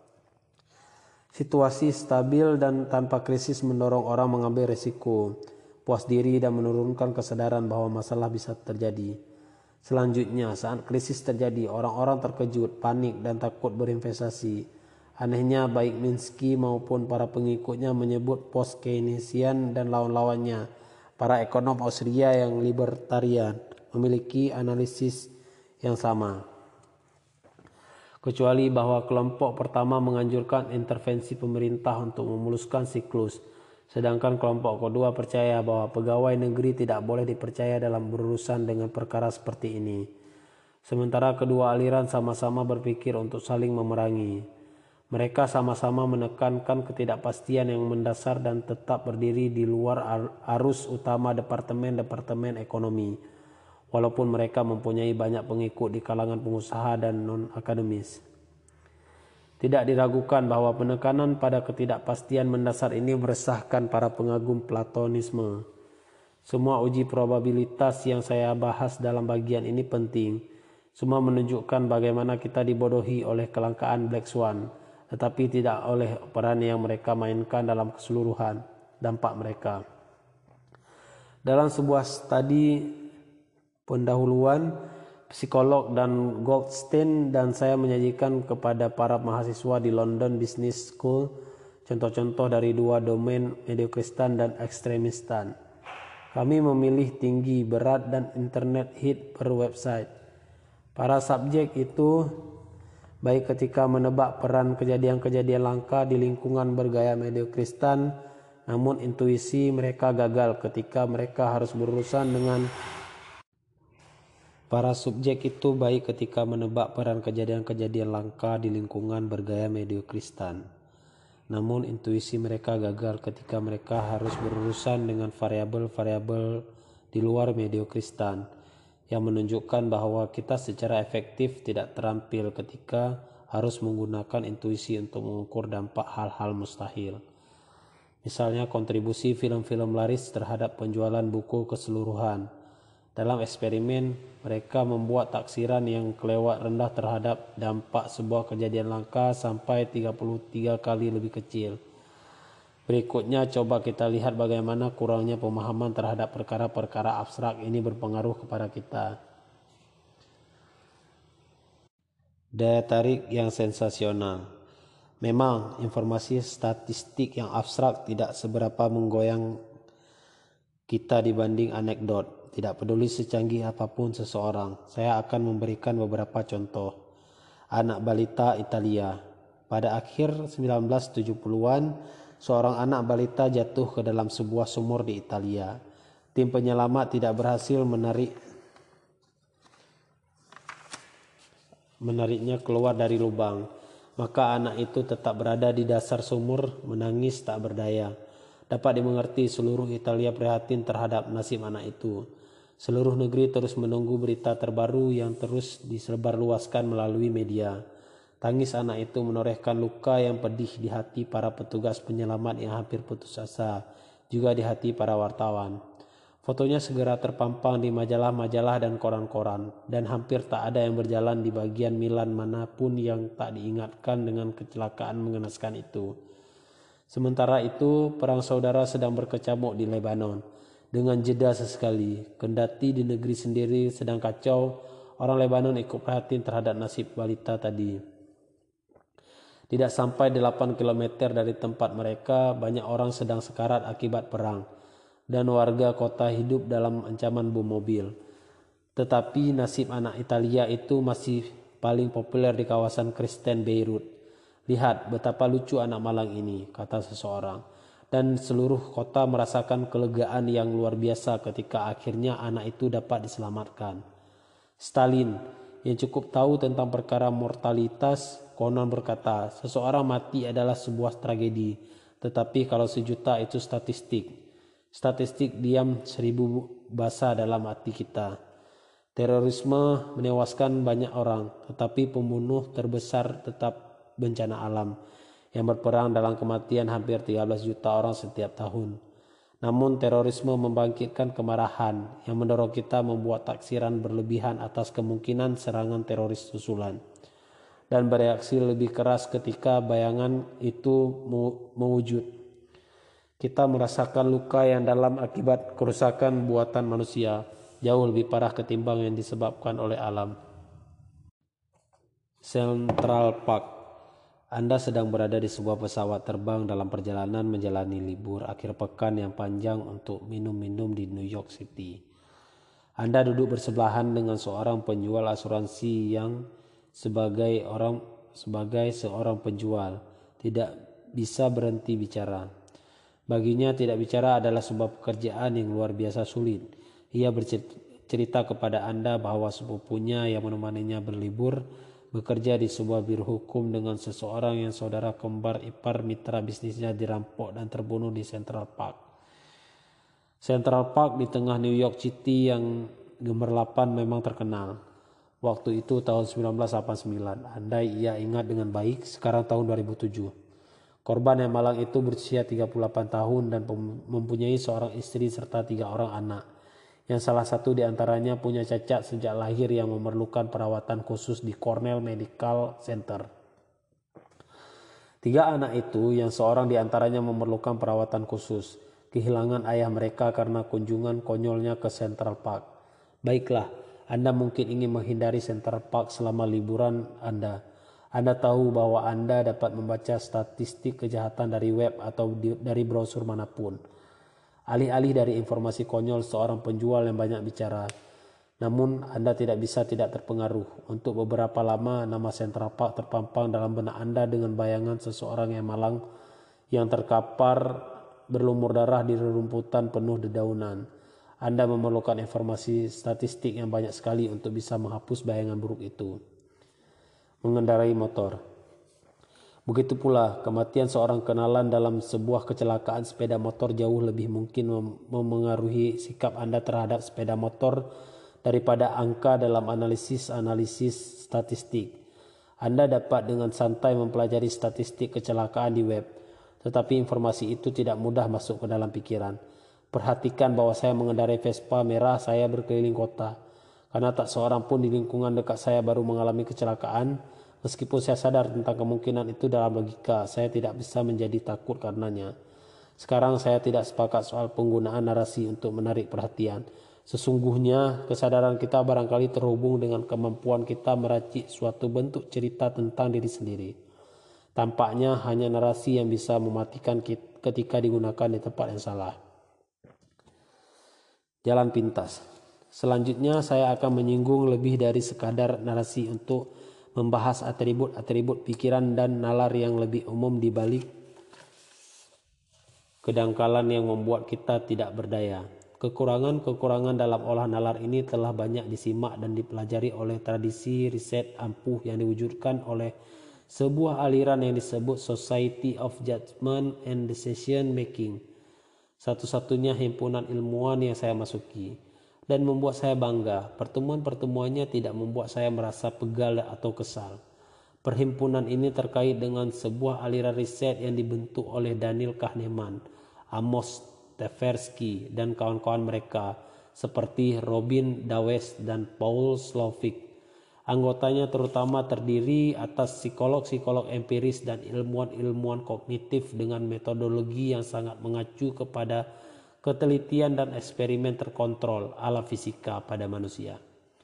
Situasi stabil dan tanpa krisis mendorong orang mengambil risiko, puas diri dan menurunkan kesadaran bahwa masalah bisa terjadi. Selanjutnya, saat krisis terjadi, orang-orang terkejut, panik, dan takut berinvestasi. Anehnya, baik Minsky maupun para pengikutnya menyebut post-Keynesian dan lawan-lawannya, para ekonom Austria yang libertarian, memiliki analisis yang sama. Kecuali bahwa kelompok pertama menganjurkan intervensi pemerintah untuk memuluskan siklus, sedangkan kelompok kedua percaya bahwa pegawai negeri tidak boleh dipercaya dalam berurusan dengan perkara seperti ini. Sementara kedua aliran sama-sama berpikir untuk saling memerangi. Mereka sama-sama menekankan ketidakpastian yang mendasar dan tetap berdiri di luar arus utama departemen-departemen ekonomi, walaupun mereka mempunyai banyak pengikut di kalangan pengusaha dan non-akademis. Tidak diragukan bahwa penekanan pada ketidakpastian mendasar ini meresahkan para pengagum Platonisme. Semua uji probabilitas yang saya bahas dalam bagian ini penting. Semua menunjukkan bagaimana kita dibodohi oleh kelangkaan black swan, tetapi tidak oleh peran yang mereka mainkan dalam keseluruhan dampak mereka. Dalam sebuah studi pendahuluan, psikolog dan Goldstein dan saya menyajikan kepada para mahasiswa di London Business School contoh-contoh dari dua domain mediokristan dan ekstremistan. Kami memilih tinggi, berat, dan internet hit per website. Para subjek itu baik ketika menebak peran kejadian-kejadian langka di lingkungan bergaya mediokristan, namun intuisi mereka gagal ketika mereka harus berurusan dengan Para subjek itu baik ketika menebak peran kejadian-kejadian langka di lingkungan bergaya mediokristan. Namun intuisi mereka gagal ketika mereka harus berurusan dengan variabel-variabel di luar mediokristan, yang menunjukkan bahwa kita secara efektif tidak terampil ketika harus menggunakan intuisi untuk mengukur dampak hal-hal mustahil. Misalnya kontribusi film-film laris terhadap penjualan buku keseluruhan. Dalam eksperimen, mereka membuat taksiran yang kelewat rendah terhadap dampak sebuah kejadian langka sampai tiga puluh tiga kali lebih kecil. Berikutnya, coba kita lihat bagaimana kurangnya pemahaman terhadap perkara-perkara abstrak ini berpengaruh kepada kita. Daya tarik yang sensasional. Memang, informasi statistik yang abstrak tidak seberapa menggoyang kita dibanding anekdot. Tidak peduli secanggih apapun seseorang, saya akan memberikan beberapa contoh. Anak balita Italia. Pada akhir sembilan belas tujuh puluhan, seorang anak balita jatuh ke dalam sebuah sumur di Italia. Tim penyelamat tidak berhasil menarik menariknya keluar dari lubang. Maka anak itu tetap berada di dasar sumur, menangis tak berdaya. Dapat dimengerti seluruh Italia prihatin terhadap nasib anak itu. Seluruh negeri terus menunggu berita terbaru yang terus disebarluaskan melalui media. Tangis anak itu menorehkan luka yang pedih di hati para petugas penyelamat yang hampir putus asa, juga di hati para wartawan. Fotonya segera terpampang di majalah-majalah dan koran-koran, dan hampir tak ada yang berjalan di bagian Milan manapun yang tak diingatkan dengan kecelakaan mengenaskan itu. Sementara itu, perang saudara sedang berkecamuk di Lebanon, dengan jeda sesekali. Kendati di negeri sendiri sedang kacau, orang Lebanon ikut prihatin terhadap nasib balita tadi. Tidak sampai delapan kilometer dari tempat mereka, banyak orang sedang sekarat akibat perang, dan warga kota hidup dalam ancaman bom mobil. Tetapi nasib anak Italia itu masih paling populer di kawasan Kristen Beirut. Lihat betapa lucu anak malang ini, kata seseorang. Dan seluruh kota merasakan kelegaan yang luar biasa ketika akhirnya anak itu dapat diselamatkan. Stalin, yang cukup tahu tentang perkara mortalitas, konon berkata, seseorang mati adalah sebuah tragedi, tetapi kalau sejuta itu statistik. Statistik diam seribu bahasa dalam hati kita. Terorisme menewaskan banyak orang, tetapi pembunuh terbesar tetap bencana alam yang berperang dalam kematian hampir tiga belas juta orang setiap tahun. Namun terorisme membangkitkan kemarahan yang mendorong kita membuat taksiran berlebihan atas kemungkinan serangan teroris susulan, dan bereaksi lebih keras ketika bayangan itu mewujud. Kita merasakan luka yang dalam akibat kerusakan buatan manusia, jauh lebih parah ketimbang yang disebabkan oleh alam. Central Park. Anda sedang berada di sebuah pesawat terbang dalam perjalanan menjalani libur akhir pekan yang panjang untuk minum-minum di New York City. Anda duduk bersebelahan dengan seorang penjual asuransi yang sebagai orang sebagai seorang penjual tidak bisa berhenti bicara. Baginya tidak bicara adalah sebuah pekerjaan yang luar biasa sulit. Ia bercerita kepada Anda bahwa sepupunya yang menemaninya berlibur bekerja di sebuah biro hukum dengan seseorang yang saudara kembar ipar mitra bisnisnya dirampok dan terbunuh di Central Park. Central Park di tengah New York City yang gemerlapan memang terkenal. Waktu itu tahun seribu sembilan ratus delapan puluh sembilan. Andai ia ingat dengan baik, sekarang tahun dua ribu tujuh. Korban yang malang itu berusia tiga puluh delapan tahun dan mempunyai seorang istri serta tiga orang anak, yang salah satu di antaranya punya cacat sejak lahir yang memerlukan perawatan khusus di Cornell Medical Center. Tiga anak itu, yang seorang di antaranya memerlukan perawatan khusus, kehilangan ayah mereka karena kunjungan konyolnya ke Central Park. Baiklah, Anda mungkin ingin menghindari Central Park selama liburan Anda. Anda tahu bahwa Anda dapat membaca statistik kejahatan dari web atau di, dari brosur manapun. Alih-alih dari informasi konyol seorang penjual yang banyak bicara. Namun Anda tidak bisa tidak terpengaruh. Untuk beberapa lama nama Central Park terpampang dalam benak Anda dengan bayangan seseorang yang malang yang terkapar berlumur darah di rerumputan penuh dedaunan. Anda memerlukan informasi statistik yang banyak sekali untuk bisa menghapus bayangan buruk itu. Mengendarai motor. Begitu pula kematian seorang kenalan dalam sebuah kecelakaan sepeda motor jauh lebih mungkin mem- memengaruhi sikap Anda terhadap sepeda motor daripada angka dalam analisis-analisis statistik. Anda dapat dengan santai mempelajari statistik kecelakaan di web, tetapi informasi itu tidak mudah masuk ke dalam pikiran. Perhatikan bahwa saya mengendarai Vespa merah saya berkeliling kota, karena tak seorang pun di lingkungan dekat saya baru mengalami kecelakaan. Meskipun saya sadar tentang kemungkinan itu dalam logika, saya tidak bisa menjadi takut karenanya. Sekarang saya tidak sepakat soal penggunaan narasi untuk menarik perhatian. Sesungguhnya kesadaran kita barangkali terhubung dengan kemampuan kita meracik suatu bentuk cerita tentang diri sendiri. Tampaknya hanya narasi yang bisa mematikan ketika digunakan di tempat yang salah. Jalan pintas. Selanjutnya saya akan menyinggung lebih dari sekadar narasi untuk membahas atribut-atribut pikiran dan nalar yang lebih umum di balik kedangkalan yang membuat kita tidak berdaya. Kekurangan-kekurangan dalam olah nalar ini telah banyak disimak dan dipelajari oleh tradisi riset ampuh yang diwujudkan oleh sebuah aliran yang disebut Society of Judgment and Decision Making, satu-satunya himpunan ilmuwan yang saya masuki, dan membuat saya bangga. Pertemuan-pertemuannya tidak membuat saya merasa pegal atau kesal. Perhimpunan ini terkait dengan sebuah aliran riset yang dibentuk oleh Daniel Kahneman, Amos Tversky, dan kawan-kawan mereka seperti Robin Dawes dan Paul Slovic. Anggotanya terutama terdiri atas psikolog-psikolog empiris dan ilmuwan-ilmuwan kognitif dengan metodologi yang sangat mengacu kepada ketelitian dan eksperimen terkontrol ala fisika pada manusia,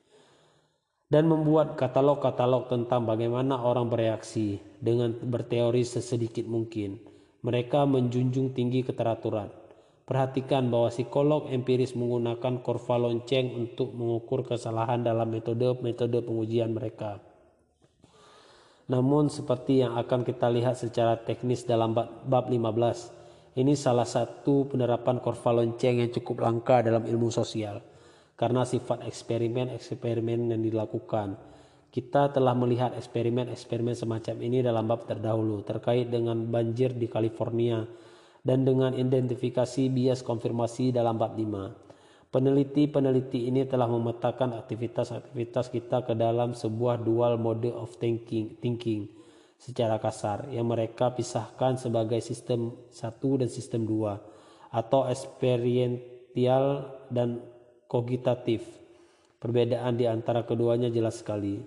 dan membuat katalog-katalog tentang bagaimana orang bereaksi dengan berteori sesedikit mungkin. Mereka menjunjung tinggi keteraturan. Perhatikan bahwa psikolog empiris menggunakan kurva lonceng untuk mengukur kesalahan dalam metode-metode pengujian mereka. Namun seperti yang akan kita lihat secara teknis dalam bab lima belas, ini salah satu penerapan kurva lonceng yang cukup langka dalam ilmu sosial karena sifat eksperimen-eksperimen yang dilakukan. Kita telah melihat eksperimen-eksperimen semacam ini dalam bab terdahulu terkait dengan banjir di California dan dengan identifikasi bias konfirmasi dalam bab lima. Peneliti-peneliti ini telah memetakan aktivitas-aktivitas kita ke dalam sebuah dual mode of thinking, thinking secara kasar yang mereka pisahkan sebagai sistem satu dan sistem dua atau experiential dan kogitatif. Perbedaan di antara keduanya jelas sekali.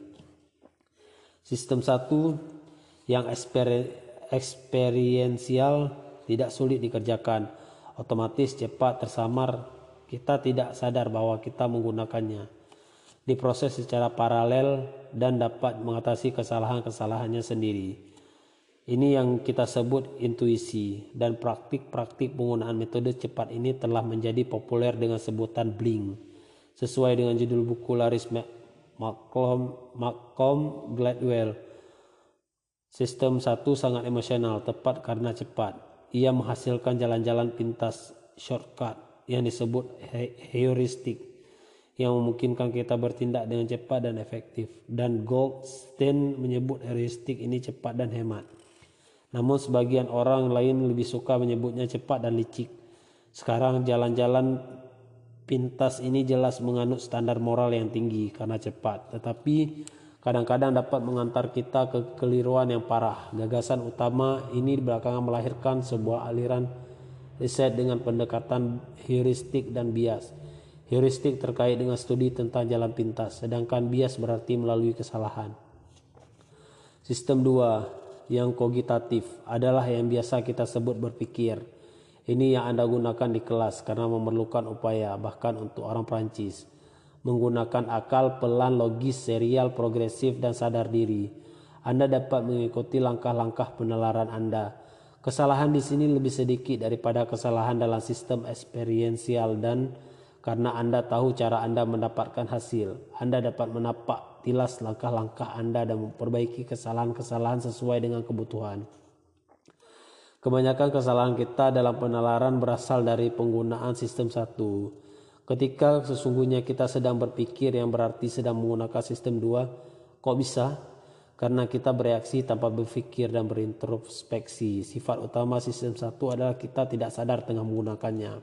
Sistem satu yang eksper, eksperiensial tidak sulit dikerjakan, otomatis, cepat, tersamar. Kita tidak sadar bahwa kita menggunakannya. Diproses secara paralel dan dapat mengatasi kesalahan-kesalahannya sendiri. Ini yang kita sebut intuisi, dan praktik-praktik penggunaan metode cepat ini telah menjadi populer dengan sebutan bling, sesuai dengan judul buku laris Malcolm, Malcolm Gladwell. Sistem satu sangat emosional, tepat karena cepat. Ia menghasilkan jalan-jalan pintas, shortcut, yang disebut heuristik, yang memungkinkan kita bertindak dengan cepat dan efektif. Dan Goldstein menyebut heuristik ini cepat dan hemat. Namun sebagian orang lain lebih suka menyebutnya cepat dan licik. Sekarang jalan-jalan pintas ini jelas menganut standar moral yang tinggi karena cepat, tetapi kadang-kadang dapat mengantar kita ke kekeliruan yang parah. Gagasan utama ini belakangan melahirkan sebuah aliran riset dengan pendekatan heuristik dan bias. Heuristik terkait dengan studi tentang jalan pintas, sedangkan bias berarti melalui kesalahan. Sistem dua yang kogitatif adalah yang biasa kita sebut berpikir. Ini yang Anda gunakan di kelas karena memerlukan upaya, bahkan untuk orang Prancis. Menggunakan akal, pelan, logis, serial, progresif, dan sadar diri. Anda dapat mengikuti langkah-langkah penalaran Anda. Kesalahan di sini lebih sedikit daripada kesalahan dalam sistem eksperiensial, dan karena Anda tahu cara Anda mendapatkan hasil, Anda dapat menapak tilas langkah-langkah Anda dan memperbaiki kesalahan-kesalahan sesuai dengan kebutuhan. Kebanyakan kesalahan kita dalam penalaran berasal dari penggunaan sistem satu. Ketika sesungguhnya kita sedang berpikir yang berarti sedang menggunakan sistem dua, kok bisa? Karena kita bereaksi tanpa berpikir dan berintrospeksi. Sifat utama sistem satu adalah kita tidak sadar tengah menggunakannya.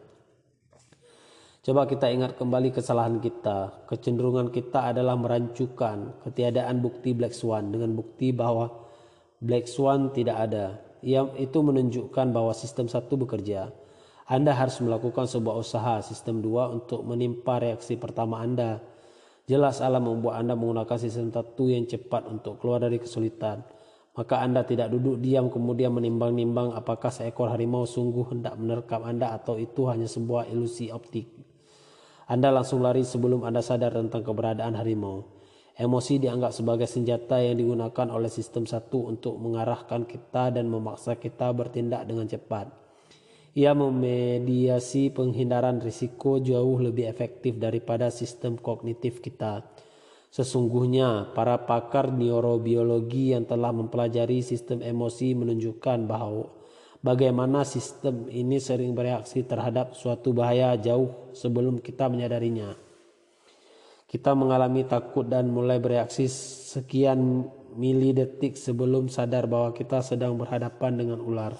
Coba kita ingat kembali kesalahan kita. Kecenderungan kita adalah merancukan ketiadaan bukti Black Swan dengan bukti bahwa Black Swan tidak ada. Yang itu menunjukkan bahwa sistem satu bekerja. Anda harus melakukan sebuah usaha sistem dua untuk menimpa reaksi pertama Anda. Jelas Allah membuat Anda menggunakan sistem satu yang cepat untuk keluar dari kesulitan. Maka Anda tidak duduk diam kemudian menimbang-nimbang apakah seekor harimau sungguh hendak menerkam Anda atau itu hanya sebuah ilusi optik. Anda langsung lari sebelum Anda sadar tentang keberadaan harimau. Emosi dianggap sebagai senjata yang digunakan oleh sistem satu untuk mengarahkan kita dan memaksa kita bertindak dengan cepat. Ia memediasi penghindaran risiko jauh lebih efektif daripada sistem kognitif kita. Sesungguhnya, para pakar neurobiologi yang telah mempelajari sistem emosi menunjukkan bahwa bagaimana sistem ini sering bereaksi terhadap suatu bahaya jauh sebelum kita menyadarinya. Kita mengalami takut dan mulai bereaksi sekian milidetik sebelum sadar bahwa kita sedang berhadapan dengan ular.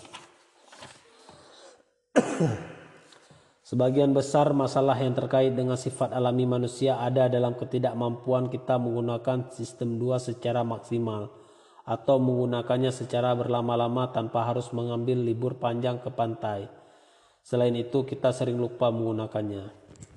Sebagian besar masalah yang terkait dengan sifat alami manusia ada dalam ketidakmampuan kita menggunakan sistem dua secara maksimal atau menggunakannya secara berlama-lama tanpa harus mengambil libur panjang ke pantai. Selain itu, kita sering lupa menggunakannya.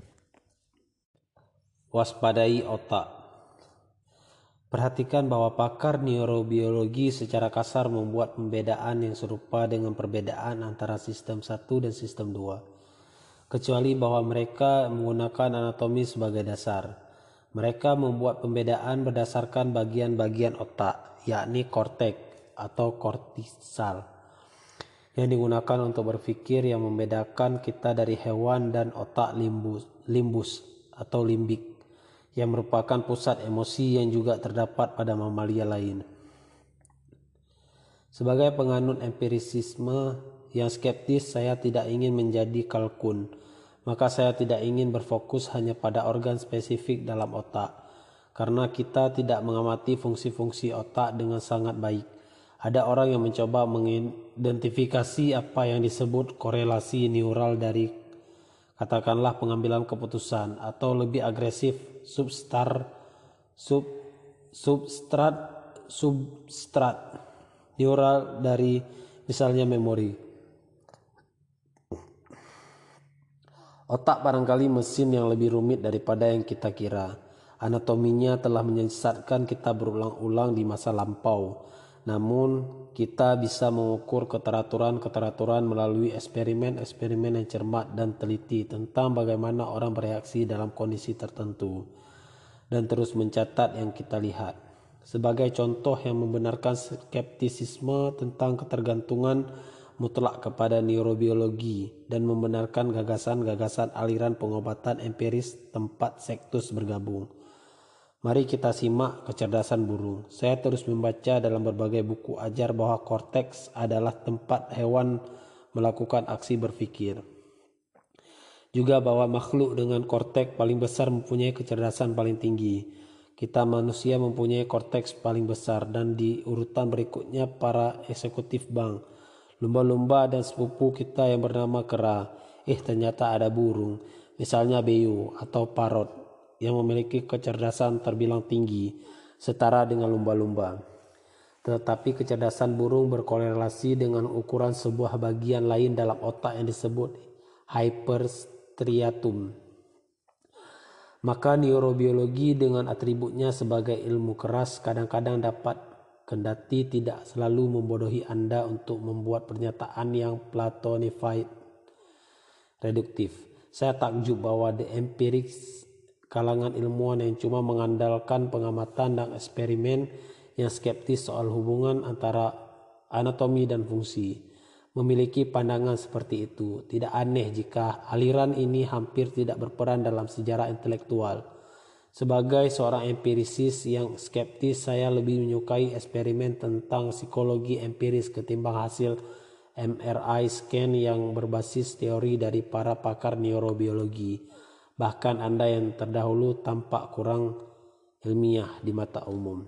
Waspadai otak. Perhatikan bahwa pakar neurobiologi secara kasar membuat pembedaan yang serupa dengan perbedaan antara sistem satu dan sistem dua. Kecuali bahwa mereka menggunakan anatomi sebagai dasar. Mereka membuat pembedaan berdasarkan bagian-bagian otak, yakni korteks atau kortisal, yang digunakan untuk berpikir, yang membedakan kita dari hewan, dan otak limbus, limbus atau limbik, yang merupakan pusat emosi yang juga terdapat pada mamalia lain. Sebagai penganut empirisisme yang skeptis, saya tidak ingin menjadi kalkun, maka saya tidak ingin berfokus hanya pada organ spesifik dalam otak, karena kita tidak mengamati fungsi-fungsi otak dengan sangat baik. Ada orang yang mencoba mengidentifikasi apa yang disebut korelasi neural dari, katakanlah, pengambilan keputusan, atau lebih agresif, substar, sub, substrat, substrat neural dari misalnya memori. Otak barangkali mesin yang lebih rumit daripada yang kita kira. Anatominya telah menyesatkan kita berulang-ulang di masa lampau. Namun kita bisa mengukur keteraturan-keteraturan melalui eksperimen-eksperimen yang cermat dan teliti tentang bagaimana orang bereaksi dalam kondisi tertentu, dan terus mencatat yang kita lihat. Sebagai contoh yang membenarkan skeptisisme tentang ketergantungan mutlak kepada neurobiologi dan membenarkan gagasan-gagasan aliran pengobatan empiris tempat sektus bergabung. Mari kita simak kecerdasan burung. Saya terus membaca dalam berbagai buku ajar bahwa korteks adalah tempat hewan melakukan aksi berpikir. Juga bahwa makhluk dengan korteks paling besar mempunyai kecerdasan paling tinggi. Kita manusia mempunyai korteks paling besar, dan di urutan berikutnya para eksekutif bank, lumba-lumba, dan sepupu kita yang bernama kera. Eh, ternyata ada burung, misalnya beo atau parrot, yang memiliki kecerdasan terbilang tinggi, setara dengan lumba-lumba. Tetapi kecerdasan burung berkorelasi dengan ukuran sebuah bagian lain dalam otak yang disebut hyperstriatum. Maka neurobiologi dengan atributnya sebagai ilmu keras kadang-kadang dapat, kendati tidak selalu, membodohi Anda untuk membuat pernyataan yang platonified, reduktif. Saya takjub bahwa the empirics, kalangan ilmuwan yang cuma mengandalkan pengamatan dan eksperimen, yang skeptis soal hubungan antara anatomi dan fungsi, memiliki pandangan seperti itu. Tidak aneh jika aliran ini hampir tidak berperan dalam sejarah intelektual. Sebagai seorang empirisis yang skeptis, saya lebih menyukai eksperimen tentang psikologi empiris ketimbang hasil M R I scan yang berbasis teori dari para pakar neurobiologi. Bahkan Anda yang terdahulu tampak kurang ilmiah di mata umum.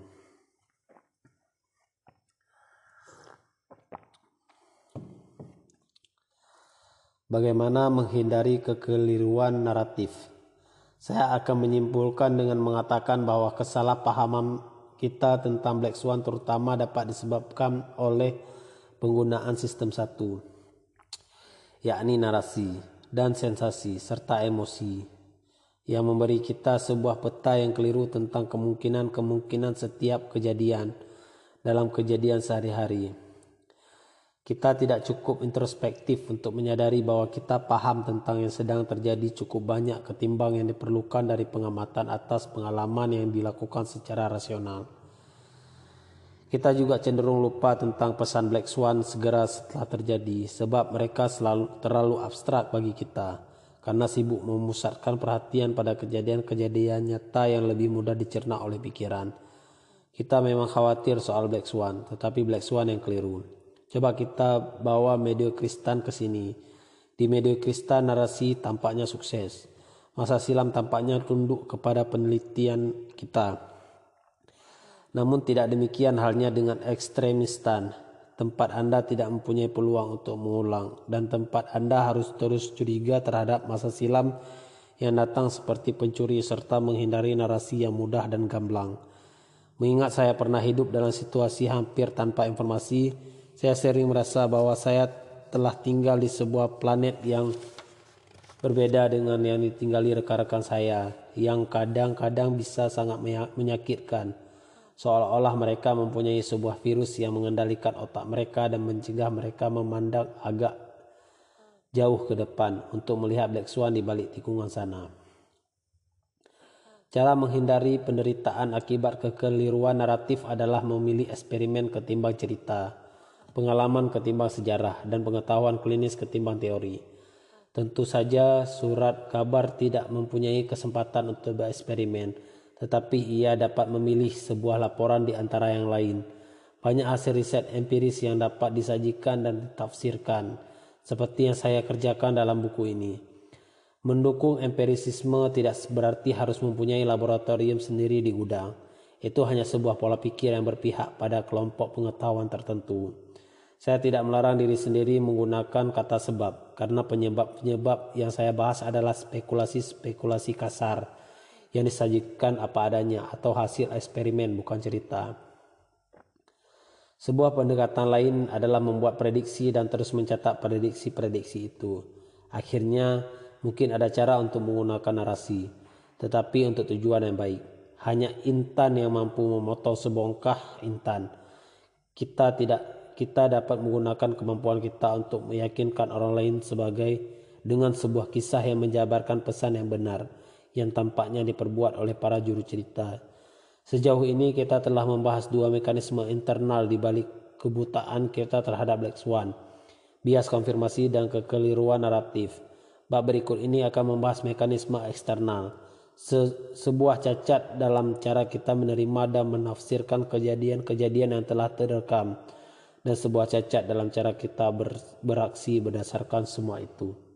Bagaimana menghindari kekeliruan naratif? Saya akan menyimpulkan dengan mengatakan bahwa kesalahpahaman kita tentang Black Swan terutama dapat disebabkan oleh penggunaan sistem satu, yakni narasi dan sensasi serta emosi, yang memberi kita sebuah peta yang keliru tentang kemungkinan-kemungkinan setiap kejadian dalam kejadian sehari-hari. Kita tidak cukup introspektif untuk menyadari bahwa kita paham tentang yang sedang terjadi cukup banyak ketimbang yang diperlukan dari pengamatan atas pengalaman yang dilakukan secara rasional. Kita juga cenderung lupa tentang pesan Black Swan segera setelah terjadi, sebab mereka selalu terlalu abstrak bagi kita, karena sibuk memusatkan perhatian pada kejadian-kejadian nyata yang lebih mudah dicerna oleh pikiran. Kita memang khawatir soal Black Swan, tetapi Black Swan yang keliru. Coba kita bawa mediokristan ke sini. Di mediokristan narasi tampaknya sukses. Masa silam tampaknya tunduk kepada penelitian kita. Namun tidak demikian halnya dengan ekstremistan. Tempat Anda tidak mempunyai peluang untuk mengulang, dan tempat Anda harus terus curiga terhadap masa silam yang datang seperti pencuri serta menghindari narasi yang mudah dan gamblang. Mengingat saya pernah hidup dalam situasi hampir tanpa informasi, saya sering merasa bahwa saya telah tinggal di sebuah planet yang berbeda dengan yang ditinggali rekan-rekan saya, yang kadang-kadang bisa sangat menyakitkan. Seolah-olah mereka mempunyai sebuah virus yang mengendalikan otak mereka dan mencegah mereka memandang agak jauh ke depan untuk melihat Black Swan di balik tikungan sana. Cara menghindari penderitaan akibat kekeliruan naratif adalah memilih eksperimen ketimbang cerita, pengalaman ketimbang sejarah, dan pengetahuan klinis ketimbang teori. Tentu saja surat kabar tidak mempunyai kesempatan untuk bereksperimen, tetapi ia dapat memilih sebuah laporan di antara yang lain. Banyak hasil riset empiris yang dapat disajikan dan ditafsirkan, seperti yang saya kerjakan dalam buku ini. Mendukung empirisisme tidak berarti harus mempunyai laboratorium sendiri di gudang. Itu hanya sebuah pola pikir yang berpihak pada kelompok pengetahuan tertentu. Saya tidak melarang diri sendiri menggunakan kata sebab, karena penyebab-penyebab yang saya bahas adalah spekulasi-spekulasi kasar yang disajikan apa adanya atau hasil eksperimen, bukan cerita. Sebuah pendekatan lain adalah membuat prediksi dan terus mencatat prediksi-prediksi itu. Akhirnya, mungkin ada cara untuk menggunakan narasi, tetapi untuk tujuan yang baik. Hanya intan yang mampu memotong sebongkah intan. Kita tidak kita dapat menggunakan kemampuan kita untuk meyakinkan orang lain sebagai dengan sebuah kisah yang menjabarkan pesan yang benar yang tampaknya diperbuat oleh para juru cerita. Sejauh ini kita telah membahas dua mekanisme internal di balik kebutaan kita terhadap Black Swan, bias konfirmasi dan kekeliruan naratif. Bab berikut ini akan membahas mekanisme eksternal, Se- sebuah cacat dalam cara kita menerima dan menafsirkan kejadian-kejadian yang telah terekam, dan sebuah cacat dalam cara kita ber- beraksi berdasarkan semua itu.